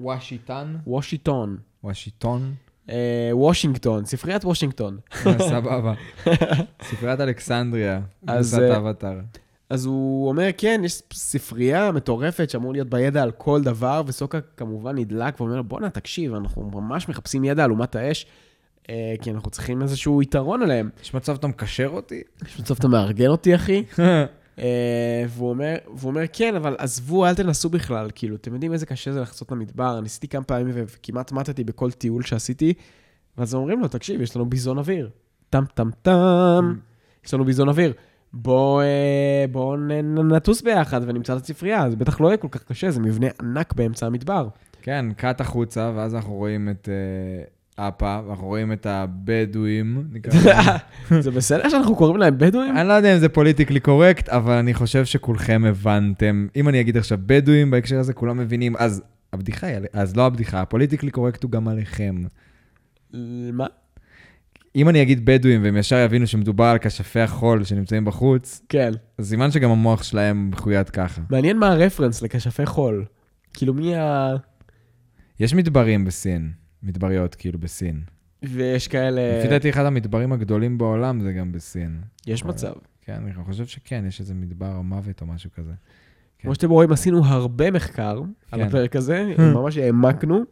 וושינגטון. וושינגטון, ספריית וושינגטון. סבבה. ספריית אלכסנדריה, גרסת האבטר. אז הוא אומר, כן, יש ספרייה מטורפת שאמור להיות בידע על כל דבר, וסוקה כמובן נדלק ואומר, בוא תקשיב, אנחנו ממש מחפשים ידע על אומת האש, כי אנחנו צריכים איזשהו יתרון עליהם. יש מצב אתה מקשר אותי? יש מצב אתה מארגן אותי, אחי? והוא אומר, כן, אבל עזבו, אל תנסו בכלל, כאילו, אתם יודעים איזה קשה זה לחצות למדבר, ניסיתי כמה פעמים וכמעט מתתי בכל טיול שעשיתי, ואז אומרים לו, תקשיב, יש לנו ביזון אוויר. טם, טם, טם. יש לנו ביזון אוויר. בואו נטוס ביחד ונמצא את הספרייה, זה בטח לא יהיה כל כך קשה, זה מבנה ענק באמצע המדבר. כן, קט החוצה, ואז אנחנו רואים את אפה, ואנחנו רואים את הבדואים. זה בסדר שאנחנו קוראים להם בדואים? אני לא יודע אם זה פוליטיקלי קורקט, אבל אני חושב שכולכם הבנתם. אם אני אגיד עכשיו בדואים, בהקשר הזה כולם מבינים, אז הבדיחה היא, אז לא הבדיחה, הפוליטיקלי קורקט הוא גם עליכם. מה? אם אני אגיד בדואים והם ישר יבינו שמדובר על כשפי החול שנמצאים בחוץ, כן. אז סימן שגם המוח שלהם מחויית ככה. מעניין מה הרפרנס לכשפי חול. כאילו מי יש מדברים בסין, מדבריות כאילו בסין. ויש כאלה... לפי דעתי אחד המדברים הגדולים בעולם זה גם בסין. יש מצב. כן, אני חושב שכן, יש איזה מדבר או מוות או משהו כזה. כמו שאתם רואים, עשינו הרבה מחקר על הפרק הזה, ממש העמקנו.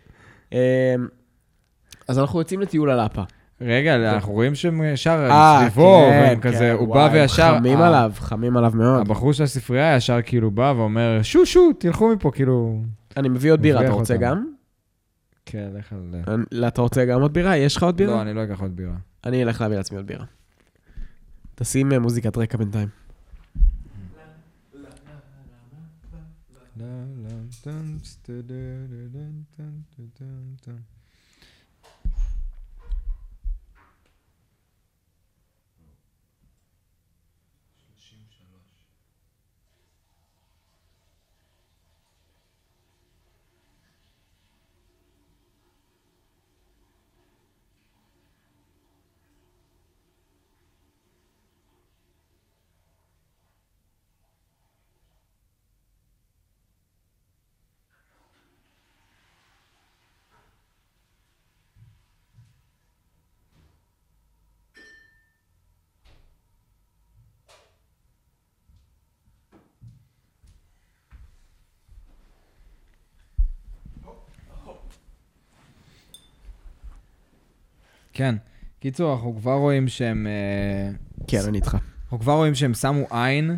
אז אנחנו יוצאים לטיול על אפה. רגע, אנחנו רואים שהם ישר סביבו, והם כזה, הוא בא וישר... חמים עליו מאוד. הבחור של הספרייה ישר כאילו בא ואומר, שו, תלכו מפה, כאילו... אני מביא עוד בירה, אתה רוצה גם? כן, לך על... אתה רוצה גם עוד בירה? יש לך עוד בירה? לא, אני לא אקח עוד בירה. אני אלך להביא לעצמי עוד בירה. תשים מוזיקת רקע בינתיים. כן. קיצור, אנחנו כבר רואים שהם... כן, אני איתך. אנחנו כבר רואים שהם שמו עין.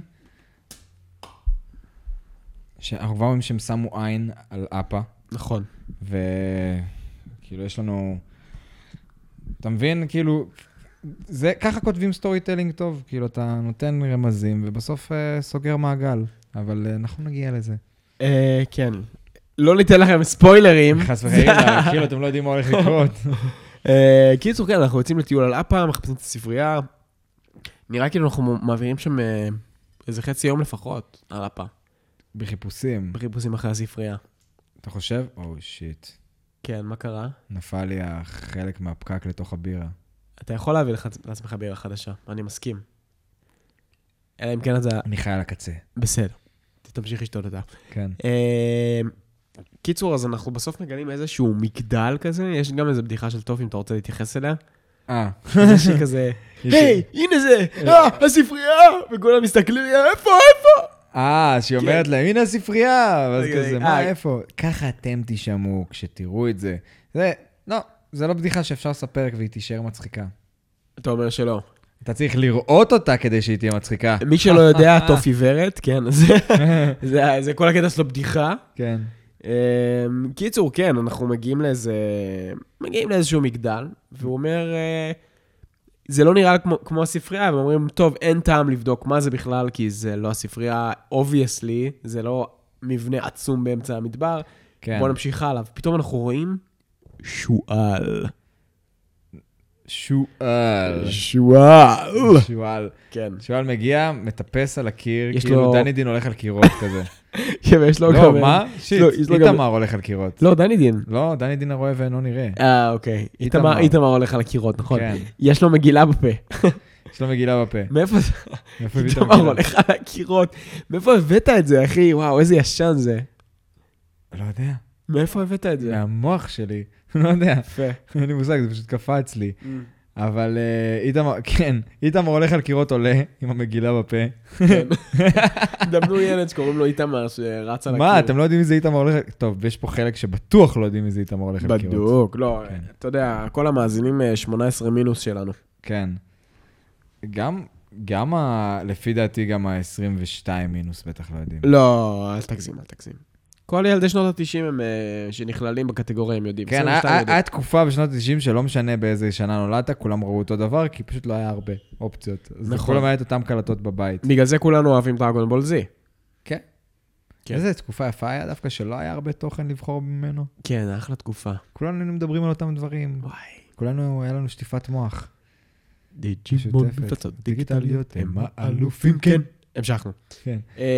אנחנו כבר רואים שהם שמו עין על אפה. נכון. וכאילו יש לנו... אתה מבין? כאילו... ככה כותבים סטורי טלינג טוב. כאילו אתה נותן רמזים ובסוף סוגר מעגל. אבל אנחנו נגיע לזה. כן. לא ניתן לכם ספוילרים. חס וחלילה, כאילו אתם לא יודעים מה הולך לקרות. קיצור, כן, אנחנו יוצאים לטיול על אפה, מחפשים את הספרייה. נראה כאילו אנחנו מעבירים שם איזה חצי יום לפחות על אפה. בחיפושים. בחיפושים אחרי הספרייה. אתה חושב? שיט. כן, מה קרה? נפל לי החלק מהפקק לתוך הבירה. אתה יכול להביא לעצמך בירה חדשה, אני מסכים. אלא אם כן אתה... אני חי על הקצה. בסדר. תמשיך לשתות אותה. כן. קיצור, אז אנחנו בסוף מגלים איזשהו מגדל כזה, יש גם איזו בדיחה של טוב, אם אתה רוצה להתייחס אליה. זה שכזה, היי, הנה זה, הספרייה, וכולם מסתכלים, איפה? שהיא אומרת להם, הנה הספרייה, ואז כזה, מה, איפה? ככה אתם תשמעו כשתראו את זה. זה לא בדיחה שאפשר לספר והיא תישאר מצחיקה. אתה אומר שלא. אתה צריך לראות אותה כדי שהיא תהיה מצחיקה. מי שלא יודע, טוף עיוורת, כן, זה כל הקטע שלו בדיחה. כן. קיצור, כן, אנחנו מגיעים לאיזשהו מגדל, והוא אומר, זה לא נראה כמו הספרייה, והם אומרים, טוב, אין טעם לבדוק מה זה בכלל, כי זה לא הספרייה, obviously, זה לא מבנה עצום באמצע המדבר, בואו נמשיך עליו. פתאום אנחנו רואים שועל. שועל. כן. שועל מגיע, מטפס על הקיר, כאילו דני דין הולך על קירות כזה. כן, ויש לו גם... לא, מה? שיט, איתמר הולך על קירות. לא, דני דין. לא, דני דין הרואה ואינו נראה. אוקיי. איתמר הולך על הקירות, נכון. כן. יש לו מגילה בפה. יש לו מגילה בפה. מאיפה זה? איתמר הולך על הקירות. מאיפה הבאת את זה, אחי? וואו, איזה ישן זה. לא יודע. מאיפה הבאת את זה? מהמוח שלי. לא יודע. יפה. אין לי מושג, זה פשוט קפץ לי. אבל איתמר הולך על קירות עולה עם המגילה בפה. כן. דמנו ילד שקוראים לו איתמר שרץ על הקיר. מה, אתם לא יודעים איזה איתמר הולך? טוב, יש פה חלק שבטוח לא יודעים איזה איתמר הולך על קירות. בדוק, לא. אתה יודע, כל המאזינים 18 מינוס שלנו. כן. גם לפי דעתי גם ה-22 מינוס בטח לא יודעים. לא, אל תגזים. כל ילדי שנות ה-90 הם שנכללים בקטגוריה, הם יודעים. כן, היה תקופה בשנות ה-90 שלא משנה באיזה שנה נולדת, כולם ראו אותו דבר, כי פשוט לא היה הרבה אופציות. אז כולם היה את אותם קלטות בבית. בגלל זה כולנו אוהבים דרגון בול זי. כן. איזה תקופה יפה היה דווקא שלא היה הרבה תוכן לבחור ממנו. כן, אחלה תקופה. כולנו מדברים על אותם דברים. וואי. כולנו, היה לנו שטיפת מוח. דיג'ימון מפצות דיגיטליות, הם האלופים, כן. המשכנו. כן.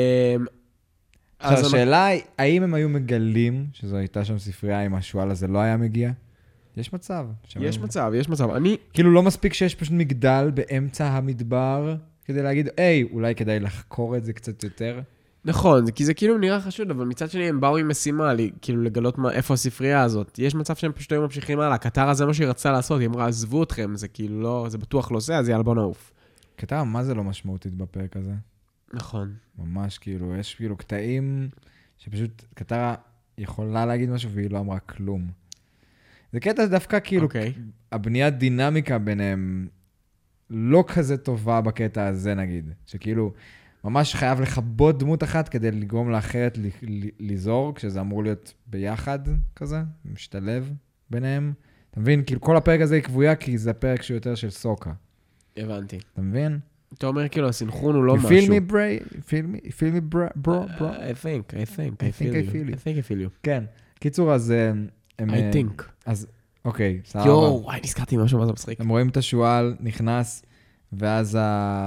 עכשיו, השאלה היא, האם הם היו מגלים שזו הייתה שם ספרייה אם השועל הזה לא היה מגיע? יש מצב. יש מצב. כאילו לא מספיק שיש פשוט מגדל באמצע המדבר, כדי להגיד, אולי כדאי לחקור את זה קצת יותר. נכון, כי זה כאילו נראה חשוד, אבל מצד שני הם באו עם משימה, כאילו לגלות איפה הספרייה הזאת. יש מצב שהם פשוט היו ממשיכים הלאה. קטרה זה מה שהיא רצה לעשות, היא אמרה, עזבו אתכם, זה כאילו לא, זה בטוח לא זה, אז יאללה בוא נעוף. קטרה, מה זה לא משמעותית בפרק הזה? נכון. ממש כאילו, יש כאילו קטעים שפשוט קטרה יכולה להגיד משהו והיא לא אמרה כלום. זה קטע דווקא כאילו, הבניית דינמיקה ביניהם לא כזה טובה בקטע הזה נגיד, שכאילו ממש חייב לחבות דמות אחת כדי לגרום לאחרת לזור, כשזה אמור להיות ביחד כזה, משתלב ביניהם. אתה מבין? כאילו כל הפרק הזה היא קבויה כי זה הפרק שהוא יותר של סוקה. הבנתי. אתה מבין? אתה אומר כאילו, הסינכרון הוא לא משהו. You feel me, bro? I feel you. כן. קיצור, אז... I think. אז, אוקיי, סבבה. וואי, נזכרתי משהו, מה זה מצחיק. הם רואים את השועל, נכנס, ואז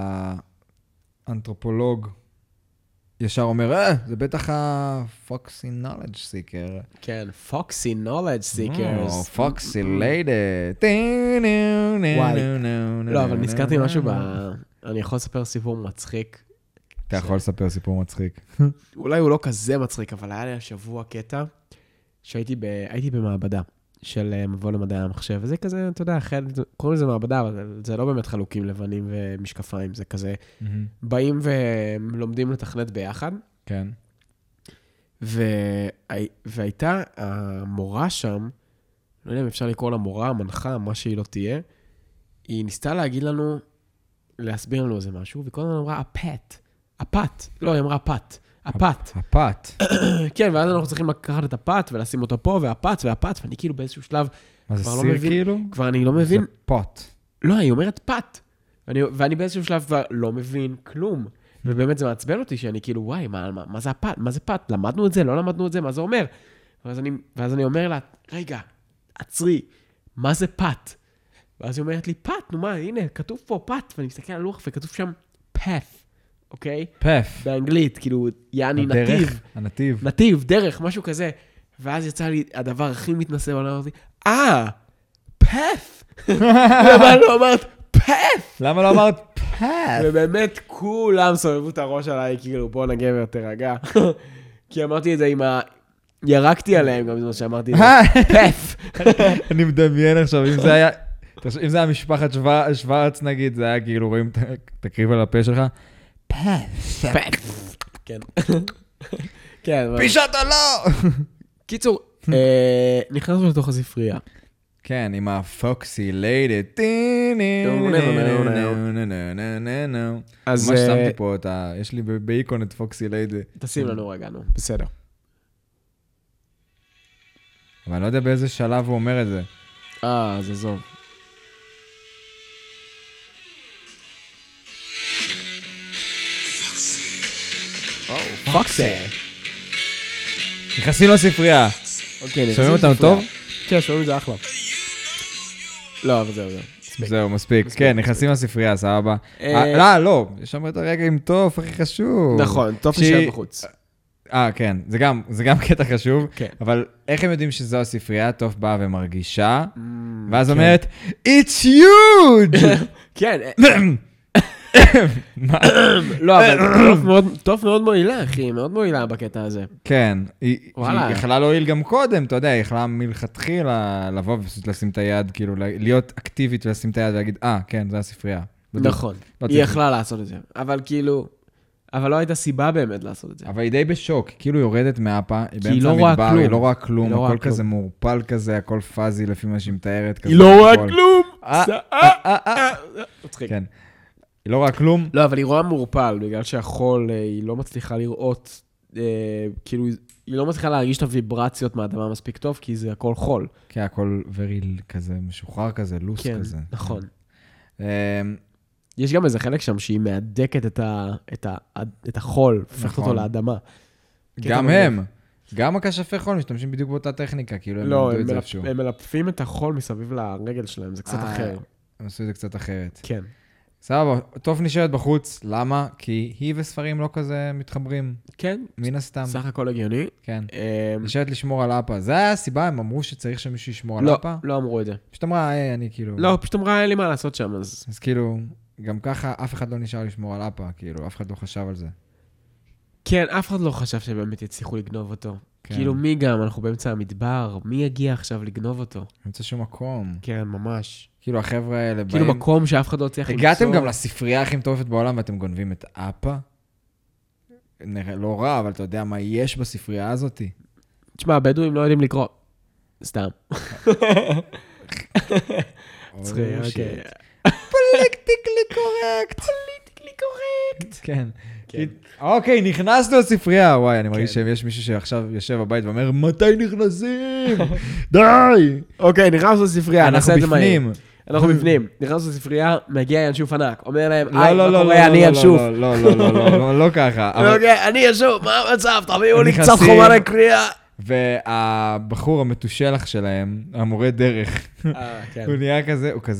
האנתרופולוג ישר אומר, זה בטח ה-Foxy Knowledge Seeker. כן, Foxy Knowledge Seekers. Foxy Lady. וואי. לא, אבל נזכרתי משהו אני יכול לספר סיפור מצחיק. אתה יכול לספר סיפור מצחיק. אולי הוא לא כזה מצחיק, אבל היה לי השבוע קטע שהייתי במעבדה של מבוא למדעי המחשב, וזה כזה, אתה יודע, קוראים לזה מעבדה, אבל זה לא באמת חלוקים לבנים ומשקפיים, זה כזה, באים ולומדים לתכנת ביחד. כן. והייתה המורה שם, לא יודע אם אפשר לקרוא לה מורה, מנחה, מה שהיא לא תהיה, היא ניסתה להגיד לנו, להסביר לנו איזה משהו, וכל הזמן אמרה, הפת. לא, היא אמרה הפת. הפת. כן, ואז אנחנו צריכים לקחת את הפת ולשים אותו פה, והפת, ואני כאילו באיזשהו שלב מה זה כבר לא סיר מבין. כאילו? כבר אני לא מבין. זה פוט. לא, היא אומרת פת. ואני באיזשהו שלב כבר לא מבין כלום. ובאמת זה מעצבן אותי שאני כאילו, וואי, מה זה הפת? מה זה פת? למדנו את זה? לא למדנו את זה? מה זה אומר? ואז אני אומר לה, רגע, עצרי, מה זה פת? ואז היא אומרת לי, פת, נו מה, הנה, כתוב פה פת. ואני מסתכל על הלוח וכתוב שם path, אוקיי? פף. באנגלית, כאילו, יעני נתיב. הנתיב. נתיב, דרך, משהו כזה. ואז יצא לי הדבר הכי מתנשא בעולם, אמרתי, path. למה לא אמרת path? למה לא אמרת פף? ובאמת כולם סובבו את הראש עליי, כאילו, בוא נגבר, תרגע. כי אמרתי את זה עם ה... ירקתי עליהם גם בזמן שאמרתי את זה. פף. אני מדמיין עכשיו, אם זה היה משפחת שוורץ נגיד, זה היה כאילו, רואים את הקריב על הפה שלך. פף. כן. כן. פישת לא! קיצור, נכנסנו לתוך הספרייה. כן, עם הפוקסי ליידי. אז... ממש שמתי פה אותה, יש לי באיקון את פוקסי ליידי. תשים לנו רגע, נו, בסדר. אבל אני לא יודע באיזה שלב הוא אומר את זה. אז עזוב. פוקסי. נכנסים לספרייה. אוקיי, שומעים אותנו טוב? כן, שומעים את זה אחלה. לא, אבל זהו. זהו, מספיק. כן, נכנסים לספרייה, סבבה. לא, יש שם את הרגע עם טוף, הכי חשוב. נכון, טוף נשאר בחוץ. כן, זה גם קטע חשוב, כן. אבל איך הם יודעים שזו הספרייה? טוף באה ומרגישה, ואז אומרת, It's huge! כן. לא, אבל טוף מאוד מועילה, אחי, מאוד מועילה בקטע הזה. כן, היא וואלה. יכלה להועיל גם קודם, אתה יודע, היא יכלה מלכתחילה לבוא ופשוט לשים את היד, כאילו להיות אקטיבית ולשים את היד ולהגיד, כן, זה הספרייה. נכון, היא יכלה לעשות את זה, אבל כאילו, אבל לא הייתה סיבה באמת לעשות את זה. אבל היא די בשוק, כאילו יורדת מהאפה, היא היא באמצע לא רואה המדבר, כלום. היא לא רואה כלום, היא לא רואה הכל כלום. כזה מעורפל כזה, הכל פאזי לפי מה שהיא מתארת. היא לא רואה כלום! מצחיק. כן. היא לא רואה כלום. לא, אבל היא רואה מעורפל, בגלל שהחול, היא לא מצליחה לראות, כאילו, היא לא מצליחה להרגיש את הוויברציות מהאדמה מספיק טוב, כי זה הכל חול. כן, הכל וריל כזה, משוחרר כזה, לוס כן, כזה. נכון. יש גם איזה חלק שם שהיא מהדקת את החול, הופכת אותו לאדמה. גם הם, גם הכשפי חול משתמשים בדיוק באותה טכניקה, כאילו הם לא, למדו את זה איפשהו. הם מלפפים את החול מסביב לרגל שלהם, זה קצת אחר. הם עשו את זה קצת אחרת. כן. סבבה, טוב נשארת בחוץ, למה? כי היא וספרים לא כזה מתחברים. כן. מן הסתם. סך הכל הגיוני. כן. נשארת לשמור על האפה. זה היה הסיבה, הם אמרו שצריך שמישהו ישמור על לא, האפה? לא אמרו את זה. פשוט אמרה, אני כאילו... לא, פשוט אמרה, אין לי מה לעשות שם, אז... אז כאילו, גם ככה אף אחד לא נשאר לשמור על האפה, כאילו, אף אחד לא חשב על זה. כן, אף אחד לא חשב שבאמת יצליחו לגנוב אותו. כן. כאילו, מי גם? אנחנו באמצע המדבר, מי יגיע עכשיו לגנוב אותו? נמצא שום מקום. כן, ממש. כאילו, החבר'ה האלה באים... כאילו, מקום שאף אחד לא צריך למצוא. הגעתם גם לספרייה הכי מטורפת בעולם ואתם גונבים את האפה? לא רע, אבל אתה יודע מה יש בספרייה הזאת? תשמע, הבדואים לא יודעים לקרוא. סתם. צחי, אוקיי. פוליטיקלי קורקט. כן. אוקיי, נכנסנו לספרייה. וואי, אני מרגיש שיש מישהו שעכשיו יושב בבית ואומר, מתי נכנסים? די! אוקיי, נכנסנו לספרייה, אנחנו בפנים. אנחנו בפנים. נכנסנו לספרייה, מגיע ינשוף ענק. אומר להם, לא, לא, לא, אני ינשוף. לא ככה. אוקיי, אני ינשוף, מה המצב? תביאו לי קצת חומרי קריאה. והבחור המתושלח שלהם, המורה דרך, הוא נהיה כזה, הוא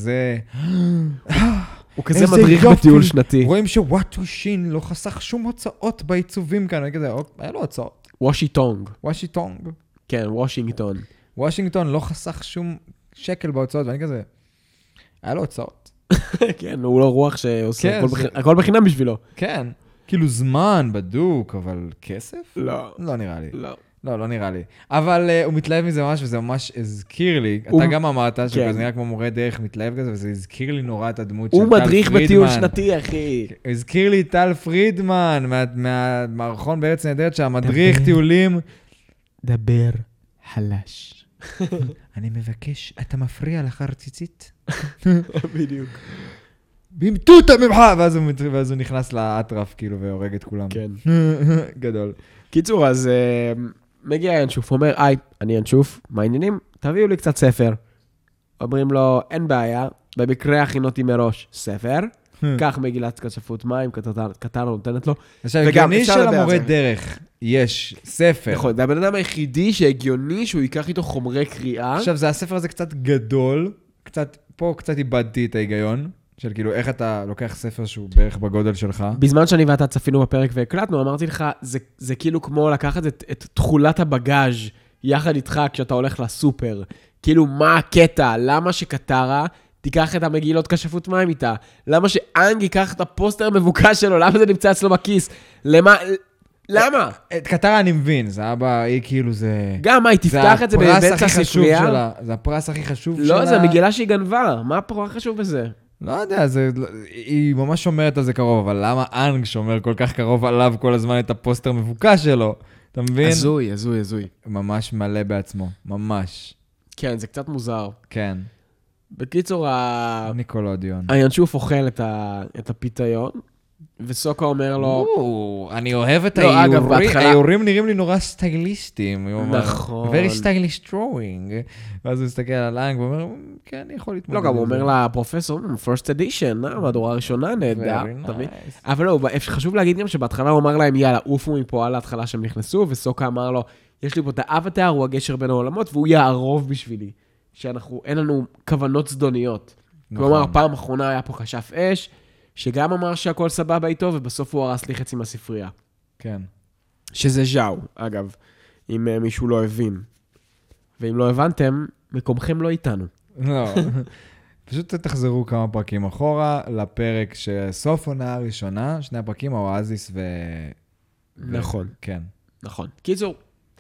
כזה מדריך בטיול שנתי. רואים שוואטו שין לא חסך שום הוצאות בעיצובים כאן, כזה, היה לו הוצאות. וושינגטון. וושינגטון. כן, וושינגטון. וושינגטון לא חסך שום שקל בהוצאות, ואני כזה, היה לו הוצאות. כן, הוא לא רוח שעושה הכל בחינם בשבילו. כן, כאילו זמן בדוק, אבל כסף? לא. לא נראה לי. לא. לא נראה לי. אבל הוא מתלהב מזה ממש, וזה ממש הזכיר לי, אתה גם אמרת שהוא כזה נראה כמו מורה דרך מתלהב כזה, וזה הזכיר לי נורא את הדמות של טל פרידמן. הוא מדריך בטיול שנתי, אחי. הזכיר לי טל פרידמן, מהמערכון בארץ נהדרת, שהמדריך טיולים... דבר חלש. אני מבקש, אתה מפריע לך ציצית? בדיוק. במטוטה ממך! ואז הוא נכנס לאטרף, כאילו, והורג את כולם. כן. גדול. קיצור, אז מגיע ינשוף, אומר, אני ינשוף, מה העניינים? תביאו לי קצת ספר. אומרים לו, אין בעיה, במקרה הכינותי מראש ספר, כך מגילת כשפות מים, קטנה נותנת לו. עכשיו, הגיוני של המורה דרך, יש ספר. נכון, זה הבן אדם היחידי שהגיוני שהוא ייקח איתו חומרי קריאה. עכשיו, הספר הזה קצת גדול, פה קצת איבדתי את ההיגיון, של כאילו, איך אתה לוקח ספר שהוא בערך בגודל שלך. בזמן שאני ואתה צפינו בפרק והקלטנו, אמרתי לך, זה כאילו כמו לקחת את תכולת הבגאז' יחד איתך כשאתה הולך לסופר. כאילו, מה הקטע? למה שקטרה תיקח את המגילות כשפות מים איתה? למה שאנג ייקח את הפוסטר המבוקש שלו? למה זה נמצא אצלו בכיס? למה? את קטרה אני מבין, זה אבא, היא כאילו זה... גם מה, היא תפתח את זה באמצע הספרייה? זה הפרס הכי חשוב שלה. לא, זה המגילה שהיא גנבה. מה הפרס חשוב בזה? לא יודע, היא ממש שומרת על זה קרוב, אבל למה אנג שומר כל כך קרוב עליו כל הזמן את הפוסטר מבוקש שלו? אתה מבין? הזוי. ממש מלא בעצמו, ממש. כן, זה קצת מוזר. כן. בקיצור, ניקולודיון. הינשוף אוכל את הפיתיון, וסוקה אומר לו... אני אוהב את האיורים, האיורים נראים לי נורא סטייליסטים. נכון. Very stylish drawing. ואז הוא מסתכל על אנג ואומר, כן, אני יכול להתמודד. לא, גם הוא אומר לפרופסור, first edition, מהדורה הראשונה, נהדר. אבל לא, חשוב להגיד גם שבהתחלה הוא אמר להם, יאללה, עופו מפה על ההתחלה שהם נכנסו, וסוקה אמר לו, יש לי פה את האבטר, הוא הגשר בין העולמות, והוא יערוב בשבילי. שאין לנו כוונות זדוניות. כלומר, פעם אחרונה היה פה כשף אש, שגם אמר שהכל סבבה איתו, ובסוף הוא הרס לי חצי מהספרייה. כן. שזה ז'או, אגב, אם מישהו לא הבין. ואם לא הבנתם, מקומכם לא איתנו. לא. פשוט תחזרו כמה פרקים אחורה, לפרק שסוף עונה הראשונה, שני הפרקים, האואזיס נכון. כן. נכון. קיצור,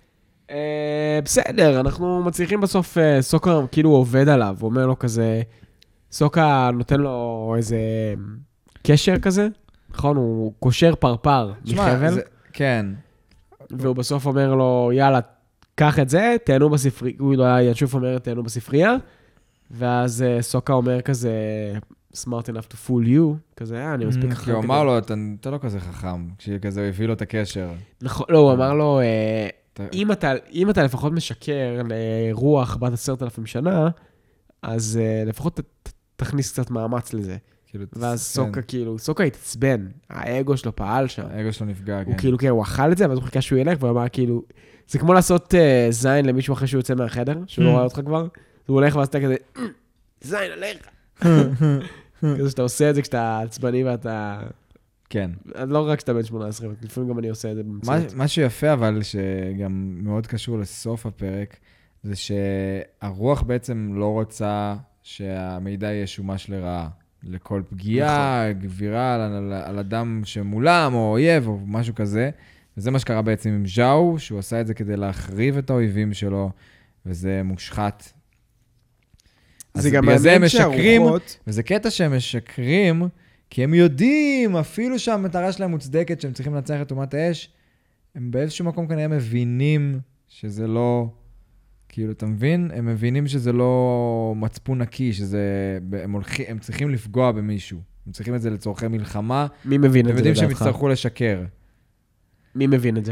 בסדר, אנחנו מצליחים בסוף, סוקה כאילו עובד עליו, הוא אומר לו כזה, סוקה נותן לו איזה קשר כזה, נכון? הוא קושר פרפר מחבל. כן. והוא בסוף אומר לו, יאללה, קח את זה, תהנו בספרייה, הוא ינשוף אומר, תהנו בספרייה, ואז סוקה אומר כזה, smart enough to fool you, כזה, אני מספיק חכם. כי הוא אמר לו, אתה לא כזה חכם, כשכזה הוא הביא לו את הקשר. נכון, לא, הוא אמר לו, אם אתה לפחות משקר לרוח בת 10,000 שנה, אז לפחות תכניס קצת מאמץ לזה. ואז סוקה כאילו, סוקה התעצבן, האגו שלו פעל שם. האגו שלו נפגע, כן. הוא כאילו, כן, הוא אכל את זה, ואז הוא חיכה שהוא ילך, והוא אמר כאילו, זה כמו לעשות זין למישהו אחרי שהוא יוצא מהחדר, שהוא לא רואה אותך כבר, הוא הולך ואז אתה כזה, זין עליך. כזה שאתה עושה את זה כשאתה עצבני ואתה... כן. לא רק שאתה בן 18, לפעמים גם אני עושה את זה במציאות. מה שיפה, אבל שגם מאוד קשור לסוף הפרק, זה שהרוח בעצם לא רוצה שהמידע יהיה שומש לרעה. לכל פגיעה, גבירה על אדם שמולם, או אויב, או משהו כזה. וזה מה שקרה בעצם עם ז'או, שהוא עשה את זה כדי להחריב את האויבים שלו, וזה מושחת. זה גם מעניין שהרוחות... וזה קטע שהם משקרים, כי הם יודעים, אפילו שהמטרה שלהם מוצדקת, שהם צריכים לנצח את אומת האש, הם באיזשהו מקום כנראה מבינים שזה לא... כאילו, אתה מבין? הם מבינים שזה לא מצפון נקי, שזה... הם צריכים לפגוע במישהו. הם צריכים את זה לצורכי מלחמה. מי מבין את זה לדעתך? הם יודעים שהם יצטרכו לשקר. מי מבין את זה?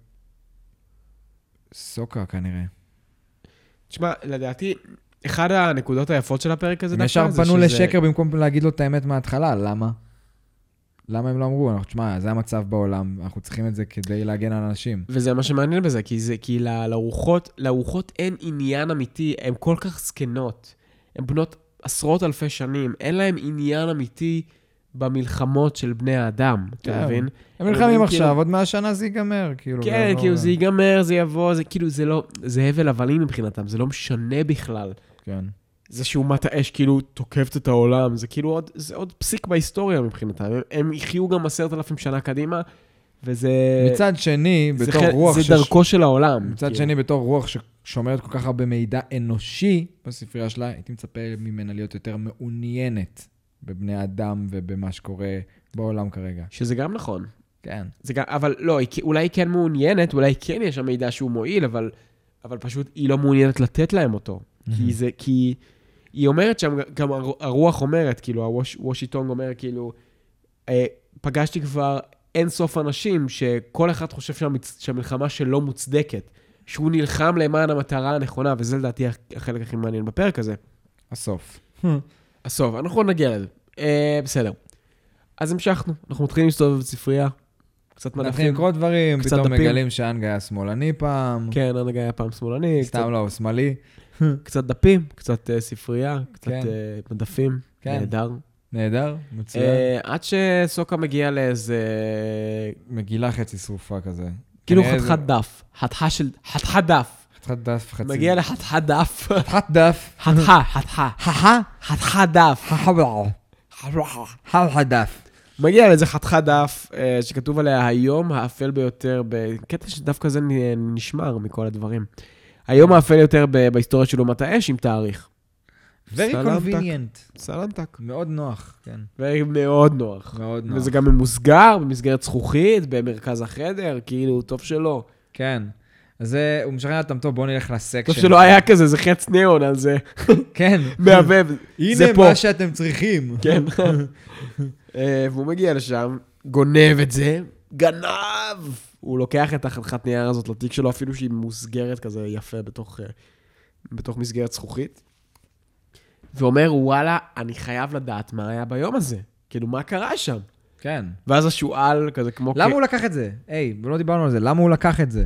סוקה, כנראה. תשמע, לדעתי, אחד הנקודות היפות של הפרק הזה דווקא, הם ישר פנו לשקר במקום להגיד לו את האמת מההתחלה. למה? למה הם לא אמרו? תשמע, זה המצב בעולם, אנחנו צריכים את זה כדי להגן על אנשים. וזה מה שמעניין בזה, כי לרוחות אין עניין אמיתי, הן כל כך זקנות, הן בנות עשרות אלפי שנים, אין להן עניין אמיתי במלחמות של בני האדם, אתה מבין? הם מלחמים עכשיו, עוד 100 שנה זה ייגמר, כאילו. כן, כאילו זה ייגמר, זה יבוא, זה כאילו זה לא, זה הבל הבלים מבחינתם, זה לא משנה בכלל. כן. זה שאומת האש כאילו תוקפת את העולם, זה כאילו זה עוד פסיק בהיסטוריה מבחינתם. הם יחיו גם 10,000 שנה קדימה, וזה... מצד שני, בתור רוח... זה דרכו של העולם. מצד שני, בתור רוח ששומרת כל כך הרבה מידע אנושי בספרייה שלה, הייתי מצפה ממנה להיות יותר מעוניינת בבני אדם ובמה שקורה בעולם כרגע. שזה גם נכון. כן. אבל לא, אולי כן מעוניינת, אולי כן יש שם מידע שהוא מועיל, אבל אבל פשוט היא לא מעוניינת לתת להם אותו. כי היא אומרת שם, גם הרוח אומרת, כאילו, הוושיטונג אומר, כאילו, פגשתי כבר אין סוף אנשים שכל אחד חושב שהמלחמה שלו מוצדקת, שהוא נלחם למען המטרה הנכונה, וזה לדעתי החלק הכי מעניין בפרק הזה. הסוף. הסוף, אנחנו נגיע לזה. בסדר. אז המשכנו, אנחנו מתחילים להסתובב בספרייה, קצת מדפים. מתחילים לקרוא דברים, קצת פתאום דפים. מגלים שאנג היה שמאלני פעם. כן, אנג היה פעם שמאלני. סתם לא, הוא שמאלי. קצת דפים, קצת ספרייה, קצת כן. מדפים. כן. נהדר. נהדר, מצוין. עד שסוקה מגיע לאיזה... מגילה חצי שרופה כזה. כאילו כנראה חתיכת דף. חתיכת דף. חתיכת דף, חצי. מגיע לחתיכת דף. חתיכת דף. חתיכת דף. חתיכת דף. מגיע לאיזה חתיכת דף שכתוב עליה היום האפל ביותר, בקטע שדף כזה נשמר מכל הדברים. היום האפל יותר בהיסטוריה של אומת האש עם תאריך. Very convenient. סלנטק. מאוד נוח, כן. מאוד נוח. מאוד נוח. וזה גם ממוסגר במסגרת זכוכית, במרכז החדר, כאילו, טוב שלא. כן. אז הוא משכנע אותם, טוב, בואו נלך לסקשן. טוב שלא היה כזה, זה חץ ניאון על זה. כן. מהבב. הנה מה שאתם צריכים. כן. והוא מגיע לשם, גונב את זה, גנב! הוא לוקח את החתיכת נייר הזאת לתיק שלו, אפילו שהיא מוסגרת כזה יפה בתוך מסגרת זכוכית. ואומר, וואלה, אני חייב לדעת מה היה ביום הזה. כאילו, מה קרה שם? כן. ואז השואל כזה כמו... למה הוא לקח את זה? היי, לא דיברנו על זה. למה הוא לקח את זה?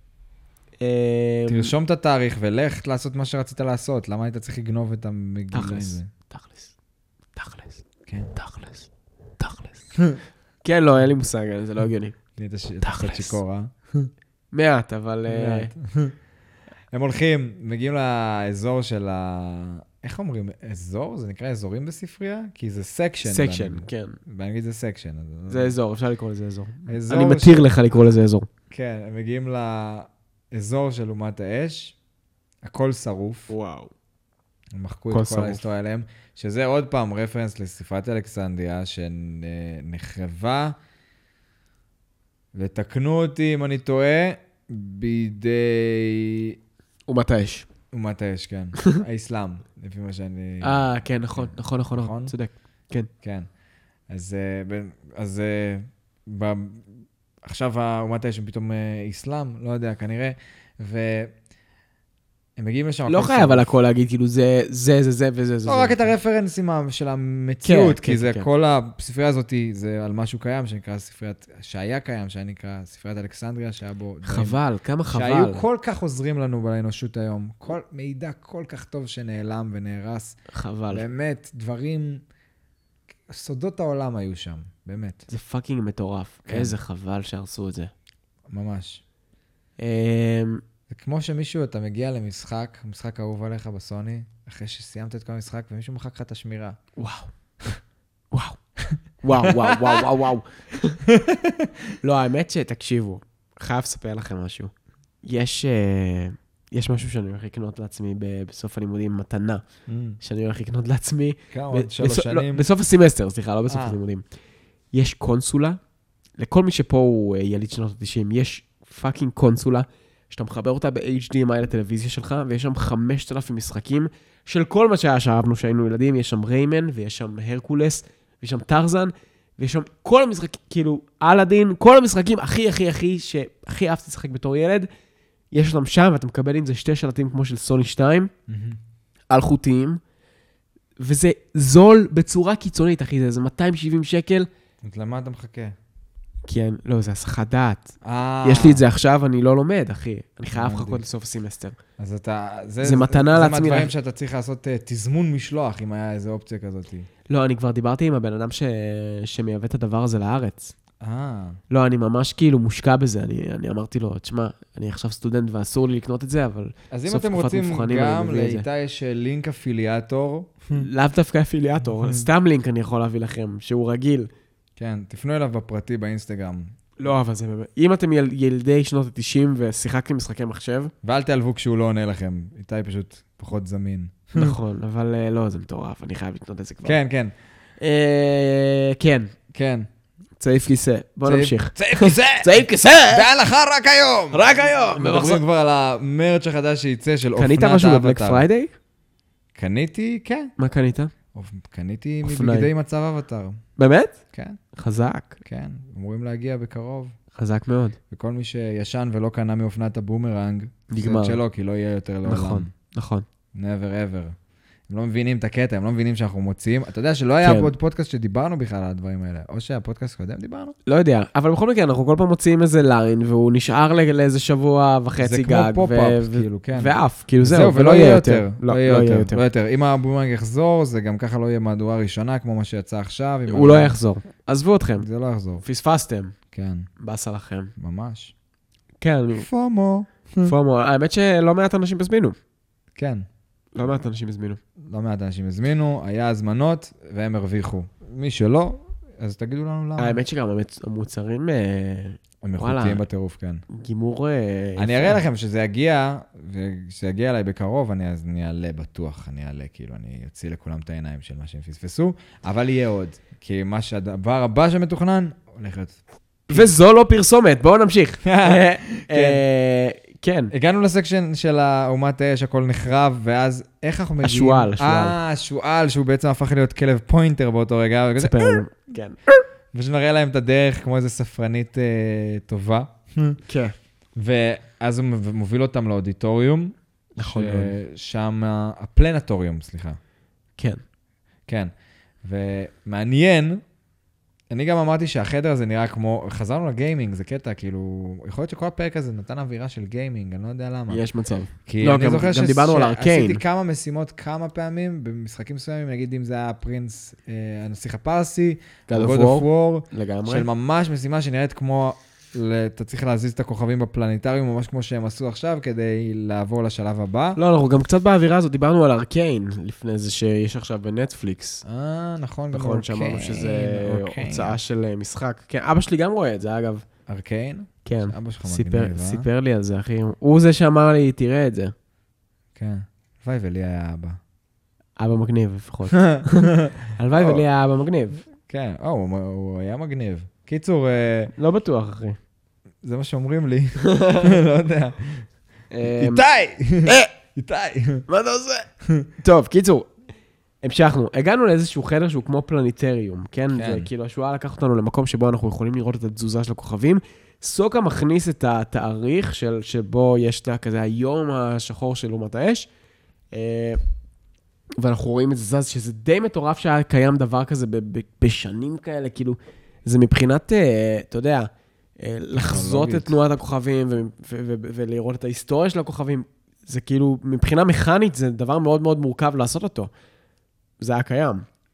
תרשום את התאריך ולך לעשות מה שרצית לעשות. למה היית צריך לגנוב את המגילה הזה? תכלס. כן. תכלס. כן, לא, אין לי מושג, זה לא הגיוני. תכלס. שיקור, מעט, אבל... הם הולכים, מגיעים לאזור של איך אומרים? אזור? זה נקרא אזורים בספרייה? כי זה סקשן. סקשן, כן. באנגלית זה סקשן. זה אזור, אפשר לקרוא לזה אזור. אזור אני מתיר לך לקרוא לזה אזור. כן, הם מגיעים לאזור של אומת האש, הכל שרוף. וואו. הם מחקו את כל ההיסטוריה עליהם, שזה עוד פעם רפרנס לספרת אלכסנדריה, שנחרבה, ותקנו אותי אם אני טועה, בידי... אומת האש. אומת האש, כן. האסלאם, לפי מה שאני... כן, נכון, צודק. כן. כן. אז עכשיו האומת האש הם פתאום אסלאם, לא יודע, כנראה, הם מגיעים לשם... לא חייב על הכל להגיד, כאילו זה וזה. לא, רק את הרפרנסים של המציאות, כי זה כל הספרייה הזאת, זה על משהו קיים, שנקרא ספריית, שהיה קיים, שהיה נקרא ספריית אלכסנדריה, שהיה בו... חבל, כמה חבל. שהיו כל כך עוזרים לנו באנושות היום. מידע כל כך טוב שנעלם ונהרס. חבל. באמת, דברים... סודות העולם היו שם, באמת. זה פאקינג מטורף. איזה חבל שהרסו את זה. ממש. זה כמו שמישהו, אתה מגיע למשחק, משחק אהוב עליך בסוני, אחרי שסיימת את כל המשחק, ומישהו מחק לך את השמירה. וואו. לא, האמת שתקשיבו, חייב לספר לכם משהו. יש משהו שאני הולך לקנות לעצמי בסוף הלימודים, מתנה, שאני הולך לקנות לעצמי. כמה עוד 3 שנים? בסוף הסמסטר, סליחה, לא בסוף הלימודים. יש קונסולה, לכל מי שפה הוא יליד שנות ה-90, יש פאקינג קונסולה, שאתה מחבר אותה ב-HDMI לטלוויזיה שלך, ויש שם 5,000 משחקים של כל מה שהיה שאהבנו שהיינו ילדים, יש שם ריימן, ויש שם הרקולס, ויש שם טרזן, ויש שם כל המשחקים, כאילו, אלאדין, כל המשחקים שהכי אהבתי לשחק בתור ילד, יש אותם שם, ואתה מקבל עם זה 2 שלטים כמו של סוני 2, אלחוטיים, וזה זול בצורה קיצונית, אחי, זה 270 שקל. אז למה אתה מחכה? כן, לא, זה הסחת דעת. יש לי את זה עכשיו, אני לא לומד, אחי. אני חייב לחכות לסוף הסמסטר. אז אתה... זה מתנה לעצמי. זה מהדברים שאתה צריך לעשות תזמון משלוח, אם היה איזו אופציה כזאת. לא, אני כבר דיברתי עם הבן אדם שמייבא את הדבר הזה לארץ. לא, אני ממש כאילו מושקע בזה. אני אמרתי לו, תשמע, אני עכשיו סטודנט ואסור לי לקנות את זה, אבל... אז אם אתם רוצים גם לאיתי יש לינק אפיליאטור. לאו דווקא אפיליאטור, סתם לינק אני יכול להביא לכם, שהוא רגיל. כן, תפנו אליו בפרטי באינסטגרם. לא, אבל זה באמת. אם אתם ילדי שנות ה-90 ושיחקתם משחקי מחשב... ואל תעלבו כשהוא לא עונה לכם. איתי פשוט פחות זמין. נכון, אבל לא, זה מטורף. אני חייב לקנות את זה כבר. כן, כן. כן. כן. צעיף כיסא. בוא נמשיך. צעיף כיסא! צעיף כיסא! בהלכה רק היום! רק היום! מדברים כבר על המרץ' החדש שייצא של אופנת האבטר. קנית משהו בבלק פריידיי? קניתי, כן. מה קנית? קניתי אופניים. מבגדי מצב אבטר. באמת? כן, חזק. כן. אמורים להגיע בקרוב. חזק מאוד. וכל מי שישן ולא קנה מאופנת הבומרנג, נגמר. הפסד שלו, כי לא יהיה יותר לעולם. נכון, נכון. never ever. הם לא מבינים את הקטע, הם לא מבינים שאנחנו מוציאים. אתה יודע שלא היה כן. עוד פודקאסט שדיברנו בכלל על הדברים האלה. או שהפודקאסט קודם דיברנו? לא יודע, אבל בכל מקרה, אנחנו כל פעם מוציאים איזה ליין, והוא נשאר לאיזה שבוע וחצי זה גג. כמו פופ-אפ, כאילו, כן. ואף, כאילו זהו, ולא יהיה יותר. לא יהיה יותר. לא יותר. אם הבומרנג יחזור, זה גם ככה לא יהיה מהדורה ראשונה, כמו מה שיצא עכשיו. הוא לא יחזור. עזבו אתכם. זה לא יחזור. פספסתם. כן, באסה לכם. ממש. כן, פומו. פומו. האמת שלא מעט אנשים הזמינו. כן. לא מעט אנשים הזמינו. לא מעט אנשים הזמינו, היה הזמנות, והם הרוויחו. מי שלא, אז תגידו לנו למה. האמת שגם המוצרים, הם וואלה. איכותיים בטירוף, כן. גימור... אני אראה לכם שזה יגיע, וכשזה יגיע אליי בקרוב, אז אני אעלה בטוח, אני אעלה, כאילו, אני אוציא לכולם את העיניים של מה שהם פספסו, אבל יהיה עוד, כי מה שהדבר הבא שמתוכנן, הולך להיות... וזו לא פרסומת, בואו נמשיך. כן. הגענו לסקשן של אומת האש, הכל נחרב, ואז איך אנחנו מגיעים? השועל. השועל, שהוא בעצם הפך להיות כלב פוינטר באותו רגע, וכזה, ספר לנו. כן. ושנראה להם את הדרך כמו איזו ספרנית טובה. כן. ואז הוא מוביל אותם לאודיטוריום. נכון. שם, הפלנטוריום, סליחה. כן. כן. ומעניין, אני גם אמרתי שהחדר הזה נראה כמו, חזרנו לגיימינג, זה קטע, כאילו, יכול להיות שכל הפרק הזה נתן אווירה של גיימינג, אני לא יודע למה. יש מצב. כי לא, אני זוכר גם דיברנו על ארקיין. שעשיתי כמה משימות כמה פעמים, במשחקים מסוימים, נגיד אם זה היה פרינס, הנסיך הפרסי, God of God of War, לגמרי. של ממש משימה שנראית כמו, אתה צריך להזיז את הכוכבים בפלנטריום, ממש כמו שהם עשו עכשיו, כדי לעבור לשלב הבא. לא, אנחנו גם קצת באווירה הזאת דיברנו על ארקיין, לפני זה שיש עכשיו בנטפליקס. נכון, גם נכון, שאמרנו שזה הוצאה של משחק. כן, אבא שלי גם רואה את זה, אגב. ארקיין? כן. אבא שלך מגניב, סיפר לי על זה, אחי. הוא זה שאמר לי, תראה את זה. כן. הלוואי ולי היה אבא. אבא מגניב, לפחות. הלוואי ולי היה אבא מגניב. כן, הוא היה מגניב. קיצור... לא בטוח, אחי. זה מה שאומרים לי. לא יודע. איתי! איתי! מה אתה עושה? טוב, קיצור. המשכנו. הגענו לאיזשהו חדר שהוא כמו פלניטריום, כן? זה כאילו השועל לקח אותנו למקום שבו אנחנו יכולים לראות את התזוזה של הכוכבים. סוקה מכניס את התאריך שבו יש את כזה היום השחור של אומת האש. ואנחנו רואים את זה זז, שזה די מטורף שהיה קיים דבר כזה בשנים כאלה, כאילו, זה מבחינת, אתה יודע, לחזות את תנועת הכוכבים ולראות את ההיסטוריה של הכוכבים, זה כאילו, מבחינה מכנית, זה דבר מאוד מאוד מורכב לעשות אותו. זה היה קיים.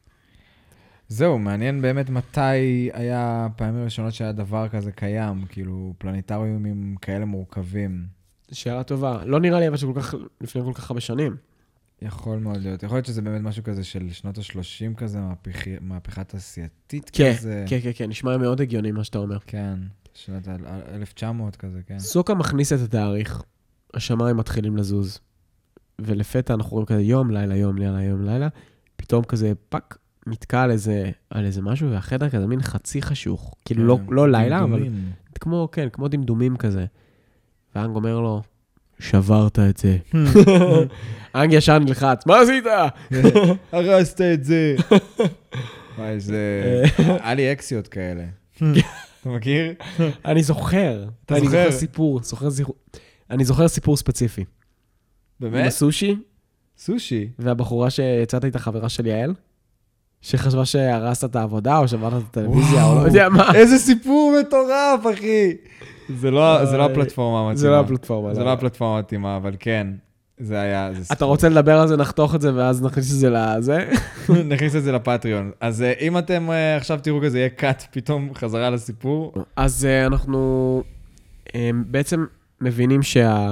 זהו, מעניין באמת מתי היה פעמים ראשונות שהיה דבר כזה קיים, כאילו פלנטריומים כאלה מורכבים. שאלה טובה. לא נראה לי אבל לפני כל כך הרבה שנים. יכול מאוד להיות. יכול להיות שזה באמת משהו כזה של שנות ה-30 כזה, מהפכה תעשייתית כזה. כן, כן, כן, נשמע מאוד הגיוני מה שאתה אומר. כן, שנת 1900 כזה, כן. סוקה מכניס את התאריך, השמיים מתחילים לזוז, ולפתע אנחנו רואים כזה יום, לילה, יום, לילה, פתאום כזה פק, נתקע על איזה משהו, והחדר כזה מין חצי חשוך, כאילו לא לילה, אבל כמו דמדומים כזה. ואנג אומר לו, שברת את זה. אנג ישר נלחץ, מה עשית? הרסת את זה. וואי, זה... היה לי אקסיות כאלה. אתה מכיר? אני זוכר. אתה זוכר? אני זוכר סיפור ספציפי. באמת? עם הסושי. סושי? והבחורה שיצאת איתה חברה של יעל, שחשבה שהרסת את העבודה, או שברת את הטלוויזיה, או לא יודע מה. איזה סיפור מטורף, אחי. זה לא הפלטפורמה המתאימה. זה לא הפלטפורמה. זה לא הפלטפורמה המתאימה, אבל כן. זה היה... אתה רוצה לדבר על זה, נחתוך את זה, ואז נכניס את זה לזה? נכניס את זה לפטריון. אז אם אתם עכשיו תראו כזה, יהיה קאט פתאום חזרה לסיפור. אז אנחנו בעצם מבינים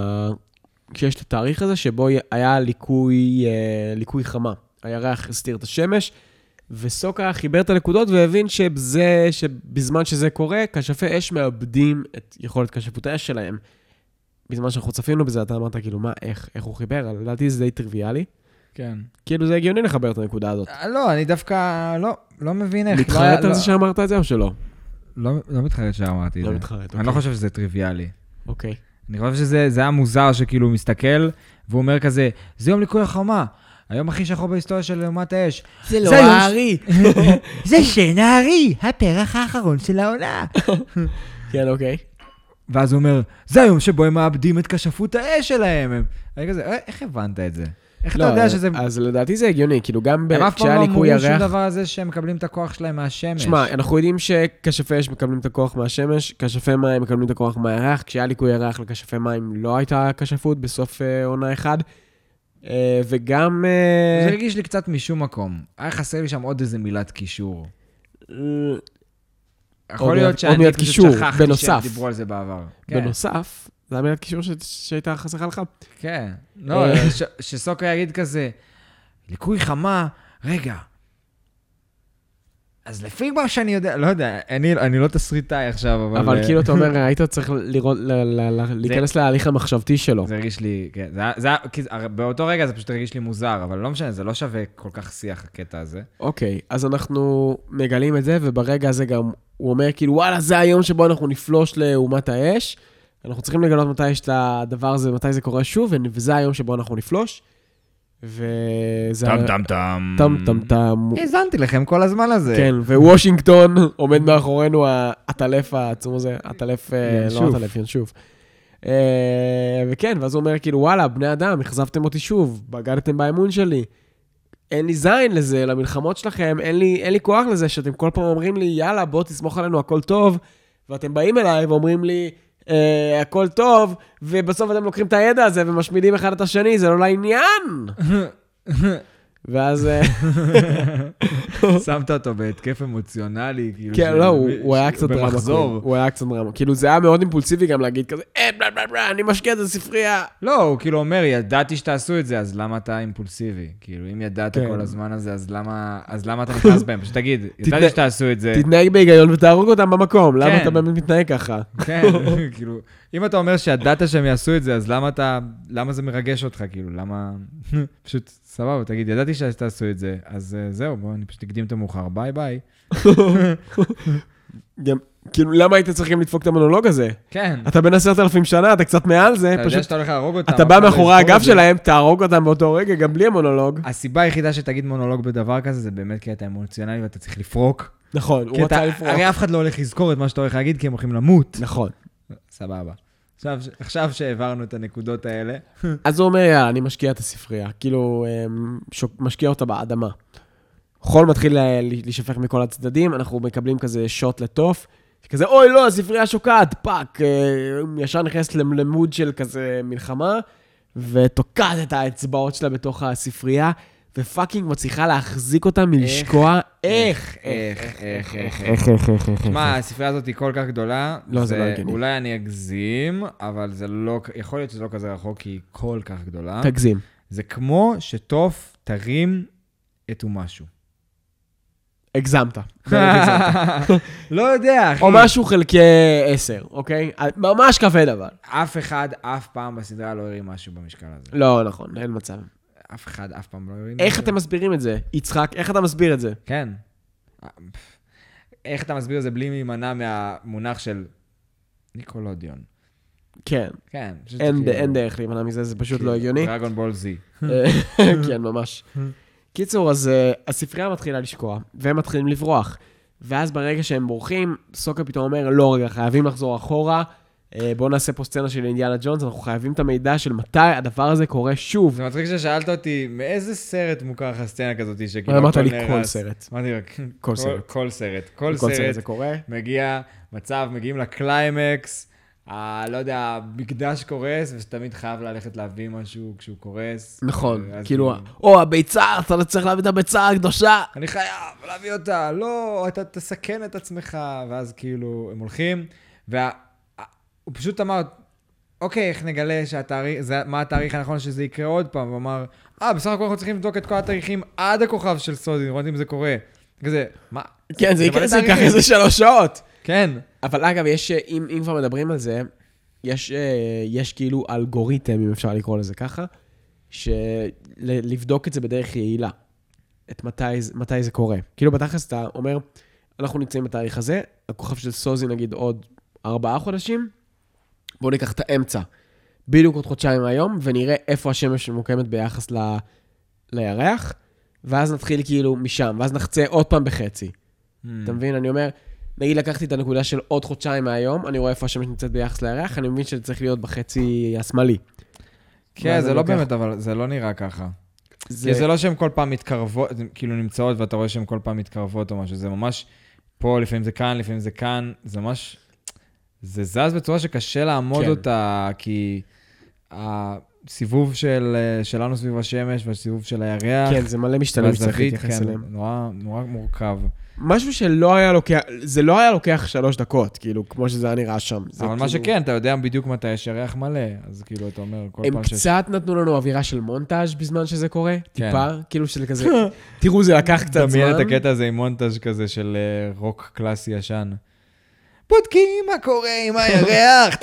שיש את התאריך הזה, שבו היה ליקוי חמה. הירח הסתיר את השמש, וסוקה חיבר את הנקודות והבין שבזמן שזה קורה, כשפי אש מאבדים את יכולת כשפות האש שלהם. בזמן שאנחנו צפינו בזה, אתה אמרת כאילו, מה, איך הוא חיבר? לדעתי זה די טריוויאלי. כן. כאילו זה הגיוני לחבר את הנקודה הזאת. לא, אני דווקא לא מבין איך. מתחרט על זה שאמרת את זה או שלא? לא מתחרט שאמרתי את זה. לא מתחרט, אני לא חושב שזה טריוויאלי. אוקיי. אני חושב שזה היה מוזר שכאילו הוא מסתכל, והוא אומר כזה, זה יום ליקוי החמה, היום הכי שחור בהיסטוריה של אומת האש. זה לא הארי. זה שנהרי, הפרח האחרון של העונה. כן, אוקיי. ואז הוא אומר, זה היום שבו הם מאבדים את כשפות האש שלהם. אני כזה, איך הבנת את זה? איך אתה יודע שזה... אז לדעתי זה הגיוני, כאילו גם הם אף פעם כשהיה לא ליקוי אמרו שום ירח... דבר הזה שהם מקבלים את הכוח שלהם מהשמש. שמע, אנחנו יודעים שכשפי אש מקבלים את הכוח מהשמש, כשפי מים מקבלים את הכוח מהירח, כשהיה ליקוי ירח לכשפי מים לא הייתה כשפות בסוף עונה אחד, וגם... זה הרגיש לי קצת משום מקום. היה חסר לי שם עוד איזה מילת קישור. יכול להיות שאני פשוט שכחתי שהם דיברו על זה בעבר. בנוסף, זה המילת קישור שהייתה חסכה לך? כן. לא, שסוקו יגיד כזה, ליקוי חמה, רגע. אז לפי מה שאני יודע, לא יודע, אני לא תסריטאי עכשיו, אבל כאילו אתה אומר, היית צריך להיכנס להליך המחשבתי שלו. זה הרגיש לי, כן. באותו רגע זה פשוט הרגיש לי מוזר, אבל לא משנה, זה לא שווה כל כך שיח הקטע הזה. אוקיי, אז אנחנו מגלים את זה, וברגע הזה גם הוא אומר כאילו, וואלה, זה היום שבו אנחנו נפלוש לאומת האש, אנחנו צריכים לגלות מתי יש את הדבר הזה, מתי זה קורה שוב, וזה היום שבו אנחנו נפלוש. וזה... טם. הזנתי לכם כל הזמן הזה. כן, ווושינגטון עומד מאחורינו הטלף העצום הזה, הטלף, לא הטלף, ינשוף. וכן, ואז הוא אומר כאילו, וואלה, בני אדם, החזבתם אותי שוב, בגדתם באמון שלי. אין לי זין לזה, למלחמות שלכם, אין לי כוח לזה, שאתם כל פעם אומרים לי, יאללה, בוא תסמוך עלינו, הכל טוב, ואתם באים אליי ואומרים לי, הכל טוב, ובסוף אתם לוקחים את הידע הזה ומשמידים אחד את השני, זה לא לעניין. ואז... שמת אותו בהתקף אמוציונלי, כאילו... כן, לא, הוא היה קצת דרמה. הוא היה קצת דרמה. כאילו, זה היה מאוד אימפולסיבי גם להגיד כזה, אני משקיע את הספרייה. לא, הוא כאילו אומר, ידעתי שתעשו את זה, אז למה אתה אימפולסיבי? כאילו, אם ידעת כל הזמן הזה, אז למה אתה נכנס בהם? פשוט תגיד, ידעתי שתעשו את זה. תתנהג בהיגיון ותהרוג אותם במקום. למה אתה באמת מתנהג ככה? כן, כאילו, אם אתה אומר שידעת שהם יעשו את זה, אז למה זה מרגש אותך? כאילו, למה... פשוט סבבה, תגיד, ידעתי שתעשו את זה, אז זהו, בואו, אני פשוט אקדים את המאוחר, ביי ביי. גם, כאילו, למה היית צריכים לדפוק את המונולוג הזה? כן. אתה בן 10,000 שנה, אתה קצת מעל זה, אתה יודע שאתה הולך להרוג אותם. אתה בא מאחורי הגב שלהם, תהרוג אותם באותו רגע, גם בלי המונולוג. הסיבה היחידה שתגיד מונולוג בדבר כזה, זה באמת כי אתה אמוציונלי ואתה צריך לפרוק. נכון, הוא רוצה לפרוק. הרי אף אחד לא הולך לזכור את מה שאתה הולך להגיד, כי הם הולכים למות. נכון. סבבה. עכשיו שהעברנו את הנקודות האלה. אז הוא אומר, יאללה, אני משקיע את הספרייה. כאילו, משקיע אותה באדמה. חול מתחיל להישפך מכל הצדדים, אנחנו מקבלים כזה שוט לטוף, כזה, אוי לא, הספרייה שוקעת, פאק, ישר נכנס למוד של כזה מלחמה, ותוקעת את האצבעות שלה בתוך הספרייה, ופאקינג מצליחה להחזיק אותה מלשקוע. איך? תשמע, הספרייה הזאת היא כל כך גדולה, לא, זה לא הגיוני. אולי אני אגזים, אבל זה לא, יכול להיות שזה לא כזה רחוק, כי היא כל כך גדולה. תגזים. זה כמו שטוף תרים את משהו. הגזמת. לא יודע, אחי. או משהו חלקי 10, אוקיי? ממש כבד אבל. אף אחד אף פעם בסדרה לא הרים משהו במשקל הזה. לא, נכון, אין מצב. אף אחד אף פעם לא הרים. איך אתם מסבירים את זה? יצחק, איך אתה מסביר את זה? כן. איך אתה מסביר את זה בלי להימנע מהמונח של ניקולודיון? כן. כן. אין דרך להימנע מזה, זה פשוט לא הגיוני. דרגון בול זי. כן, ממש. קיצור, אז הספרייה מתחילה לשקוע, והם מתחילים לברוח. ואז ברגע שהם בורחים, סוקה פתאום אומר, לא רגע, חייבים לחזור אחורה, בואו נעשה פה סצנה של אינדיאנה ג'ונס, אנחנו חייבים את המידע של מתי הדבר הזה קורה שוב. זה מצחיק ששאלת אותי, מאיזה סרט מוכר לך סצנה כזאת שכאילו אמרת לי כל סרט. אמרתי רק, כל סרט. כל סרט זה קורה. מגיע מצב, מגיעים לקליימקס, לא יודע, המקדש קורס, ותמיד חייב ללכת להביא משהו כשהוא קורס. נכון, כאילו, או הביצה, אתה צריך להביא את הביצה הקדושה. אני חייב להביא אותה, לא, אתה תסכן את עצמך, ואז כאילו הם הולכים, הוא פשוט אמר, אוקיי, איך נגלה מה התאריך הנכון שזה יקרה עוד פעם, הוא אמר, בסך הכל אנחנו צריכים לבדוק את כל התאריכים עד הכוכב של סודי, לראות אם זה קורה. כזה, מה? כן, זה ייקח איזה 3 שעות. כן. אבל אגב, אם כבר מדברים על זה, יש כאילו אלגוריתם, אם אפשר לקרוא לזה ככה, לבדוק את זה בדרך יעילה. את מתי זה קורה. כאילו בתכלס אתה אומר, אנחנו נמצאים בתאריך הזה, הכוכב של סוזי נגיד עוד 4 חודשים, בואו ניקח את האמצע, בדיוק עוד חודשיים מהיום, ונראה איפה השמש מוקמת ביחס לירח, ואז נתחיל כאילו משם, ואז נחצה עוד פעם בחצי. אתה מבין? אני אומר, נגיד לקחתי את הנקודה של עוד חודשיים מהיום, אני רואה איפה השמש נמצאת ביחס לירח, אני מבין שזה צריך להיות בחצי השמאלי. כן, זה לא באמת, אבל זה לא נראה ככה. כי זה לא שהן כל פעם מתקרבות, כאילו נמצאות, ואתה רואה שהן כל פעם מתקרבות או משהו, זה ממש פה, לפעמים זה כאן, לפעמים זה כאן, זה ממש, זה זז בצורה שקשה לעמוד אותה, כי הסיבוב שלנו סביב השמש, והסיבוב של הירח, כן, זה מלא משתנים שצריך להתייחס אליהם. נורא מורכב. משהו שלא היה לוקח, זה לא היה לוקח 3 דקות, כאילו, כמו שזה היה נראה שם. אבל מה שכן, אתה יודע בדיוק מתי יש ירח מלא, אז כאילו, אתה אומר, כל פעם הם קצת נתנו לנו אווירה של מונטאז' בזמן שזה קורה, טיפה, כאילו של כזה, תראו, זה לקח קצת זמן. דמיין את הקטע הזה עם מונטאז' כזה של רוק קלאסי ישן. בודקים מה קורה עם הירח,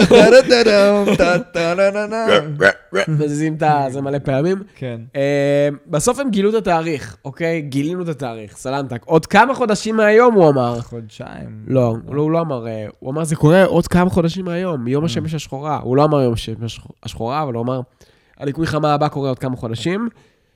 מזיזים את זה מלא פעמים. כן. בסוף הם גילו את התאריך, אוקיי? גילינו את התאריך, סלנטק. עוד כמה חודשים מהיום, הוא אמר. חודשיים. לא, הוא לא אמר, הוא אמר, זה קורה עוד כמה חודשים מהיום, יום השמש השחורה. הוא לא אמר יום השמש השחורה, אבל הוא אמר, הליקוי חמה הבא קורה עוד כמה חודשים.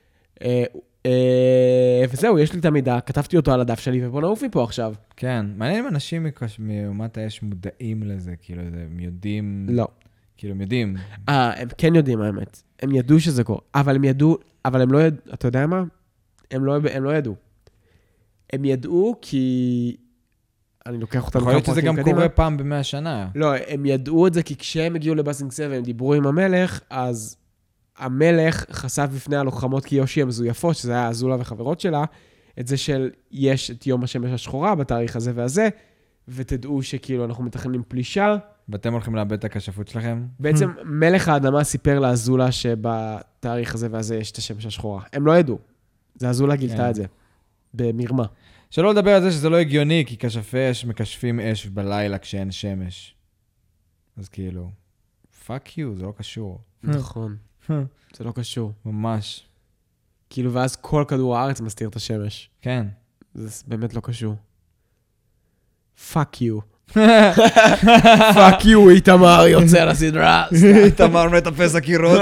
וזהו, יש לי את המידע, כתבתי אותו על הדף שלי, ובוא נעוף מפה עכשיו. כן, מעניין אם אנשים מאומת האש מודעים לזה, כאילו, הם יודעים... לא. כאילו, הם יודעים. הם כן יודעים, האמת. הם ידעו שזה קורה, אבל הם ידעו, אבל הם לא ידעו, אתה יודע מה? הם לא ידעו. הם ידעו כי... אני לוקח אותם יכול להיות שזה גם קורה פעם ב100 שנה. לא, הם ידעו את זה, כי כשהם הגיעו לבאסינג 7, הם דיברו עם המלך, אז... המלך חשף בפני הלוחמות קיושי המזויפות, שזה היה אזולה וחברות שלה, את זה של יש את יום השמש השחורה בתאריך הזה והזה, ותדעו שכאילו אנחנו מתכננים פלישה. ואתם הולכים לאבד את הכשפות שלכם? בעצם מלך האדמה סיפר לאזולה שבתאריך הזה והזה יש את השמש השחורה. הם לא ידעו. זה אזולה גילתה את זה. במרמה. שלא לדבר על זה שזה לא הגיוני, כי כשפי אש מקשפים אש בלילה כשאין שמש. אז כאילו, fuck you, זה לא קשור. נכון. זה לא קשור. ממש. כאילו, ואז כל כדור הארץ מסתיר את השמש. כן. זה באמת לא קשור. Fuck you. Fuck you, איתמר יוצא לסדרה. איתמר מטפס הקירות.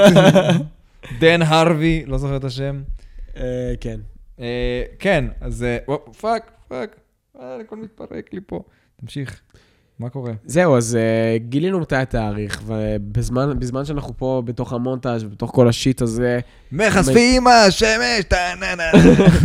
דן הרווי, לא זוכר את השם. כן. כן, אז פאק. הכל מתפרק לי פה. תמשיך. מה קורה? זהו, אז גילינו מתי התאריך, ובזמן שאנחנו פה בתוך המונטאז' ובתוך כל השיט הזה... מחשפים השמש, טה-נה-נה.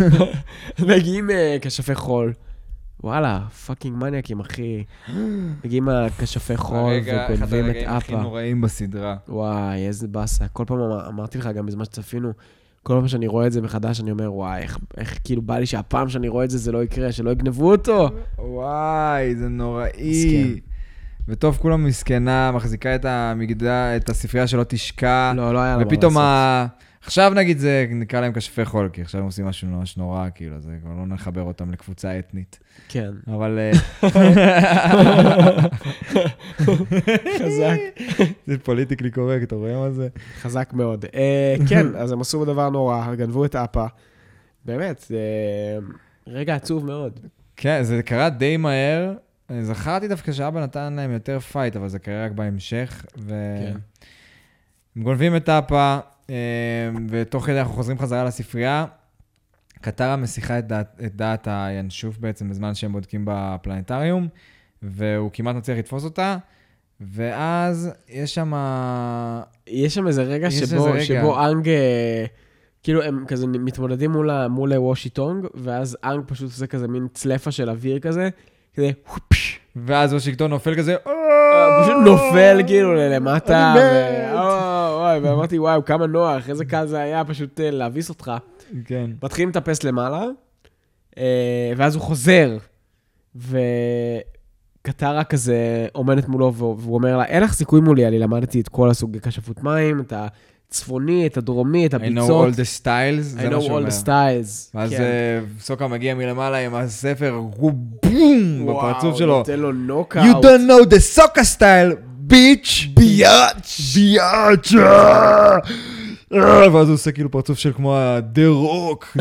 מגיעים כשפי חול. וואלה, פאקינג מניאקים, אחי. מגיעים כשפי חול וגונבים את אחד הרגעים אפה. הכי נוראים בסדרה. וואי, איזה באסה. כל פעם אמרתי לך גם בזמן שצפינו, כל פעם שאני רואה את זה מחדש, אני אומר, וואי, איך כאילו בא לי שהפעם שאני רואה את זה, זה לא יקרה, שלא יגנבו אותו. וואי, זה נוראי. וטוב, כולם מסכנה, מחזיקה את המגדל, את הספרייה שלא תשקע. לא היה לו ופתאום עכשיו נגיד זה נקרא להם כשפי חול, כי עכשיו הם עושים משהו ממש נורא, כאילו, זה כבר לא נחבר אותם לקבוצה אתנית. כן. אבל... חזק. זה פוליטיקלי קורקט, אתה רואה מה זה? חזק מאוד. כן, אז הם עשו דבר נורא, גנבו את האפה. באמת, זה רגע עצוב מאוד. כן, זה קרה די מהר. זכרתי דווקא שאבא נתן להם יותר פייט, אבל זה קרה רק בהמשך. הם גונבים את האפה, ותוך כדי אנחנו חוזרים חזרה לספרייה. קטרה מסיחה את דעת הינשוף בעצם בזמן שהם בודקים בפלנטריום, והוא כמעט מצליח לתפוס אותה, ואז יש שם איזה רגע שבו אנג, כאילו הם כזה מתמודדים מול וושי טונג, ואז אנג פשוט עושה כזה מין צלפה של אוויר כזה, כזה ואז וושינגטון נופל כזה, פשוט נופל כאילו למטה, ואמרתי וואו כמה נוח, איזה קל זה היה פשוט להביס אותך. כן. מתחילים לטפס למעלה, ואז הוא חוזר, וקטרה כזה עומדת מולו, והוא אומר לה, אין לך סיכוי מולי, אני למדתי את כל הסוגי כשפות מים, את הצפוני, את הדרומי, את הביצות. I know all the styles, זה מה שאומר. I know all the styles. ואז סוקה מגיע מלמעלה עם הספר, הוא בום בפרצוף שלו. וואו, נותן לו נוקאוט. You don't know the soccer style, bitch. ביאץ'. ואז הוא עושה כאילו פרצוף של כמו The Rock.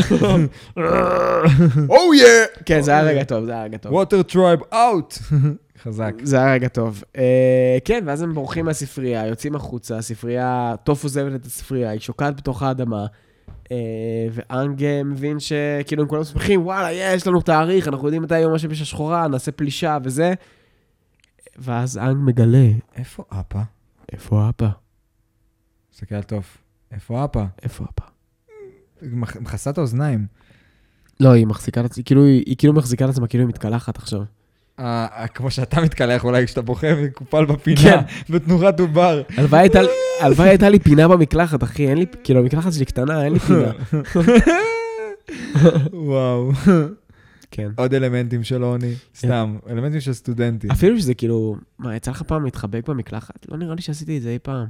Oh yeah! כן, זה היה רגע טוב, זה היה רגע טוב. Water Tribe out. חזק. זה היה רגע טוב. כן, ואז הם בורחים מהספרייה, יוצאים החוצה, הספרייה, טוף עוזבת את הספרייה, היא שוקעת בתוך האדמה, ואנג מבין שכאילו הם כולם שמחים, וואלה, יש לנו תאריך, אנחנו יודעים מתי יום השמש השחורה, נעשה פלישה וזה. ואז אנג מגלה. איפה אפה? איפה אפה? מסתכל טוב. איפה אפה? איפה אפה? מכסה את האוזניים. לא, היא מחזיקה את עצמה, היא כאילו מחזיקה את עצמה, כאילו היא מתקלחת עכשיו. כמו שאתה מתקלח אולי כשאתה בוכה וקופל בפינה, בתנורת דובר. הלוואי הייתה לי פינה במקלחת, אחי, אין לי, כאילו המקלחת שלי קטנה, אין לי פינה. וואו. כן. עוד אלמנטים של עוני, סתם, אלמנטים של סטודנטים. אפילו שזה כאילו, מה, יצא לך פעם להתחבק במקלחת? לא נראה לי שעשיתי את זה אי פעם.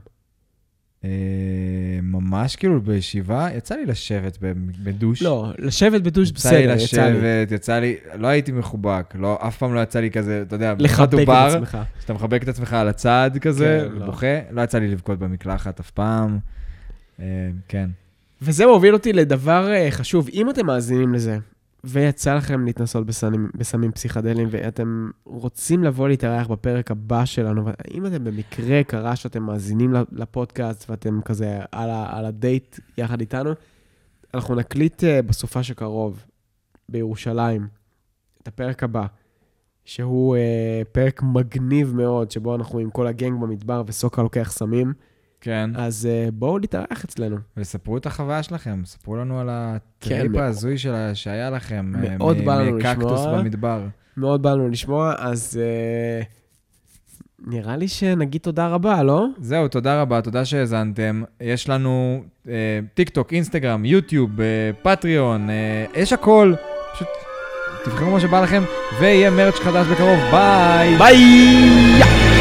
ממש כאילו בישיבה, יצא לי לשבת בדוש. לא, לשבת בדוש בסדר, יצא לי, לא הייתי מחובק, אף פעם לא יצא לי כזה, אתה יודע, לחבק את עצמך. שאתה מחבק את עצמך על הצד כזה, ובוכה, לא יצא לי לבכות במקלחת אף פעם. כן. וזה מוביל אותי לדבר חשוב, אם אתם מאזינים לזה, ויצא לכם להתנסות בסמים פסיכדליים, ואתם רוצים לבוא להתארח בפרק הבא שלנו, אם אתם במקרה קרה שאתם מאזינים לפודקאסט, ואתם כזה על הדייט יחד איתנו, אנחנו נקליט בסופה שקרוב, בירושלים, את הפרק הבא, שהוא פרק מגניב מאוד, שבו אנחנו עם כל הגנג במדבר, וסוקה לוקח סמים, כן. אז בואו להתארח אצלנו. וספרו את החוויה שלכם, ספרו לנו על הטריפ ההזוי שהיה לכם. מאוד בא לנו לשמוע. מקקטוס במדבר. מאוד בא לנו לשמוע, אז נראה לי שנגיד תודה רבה, לא? זהו, תודה רבה, תודה שהזנתם. יש לנו טיק טוק, אינסטגרם, יוטיוב, פטריון, יש הכל. פשוט תבחרו מה שבא לכם, ויהיה מרץ' חדש בקרוב. ביי! ביי!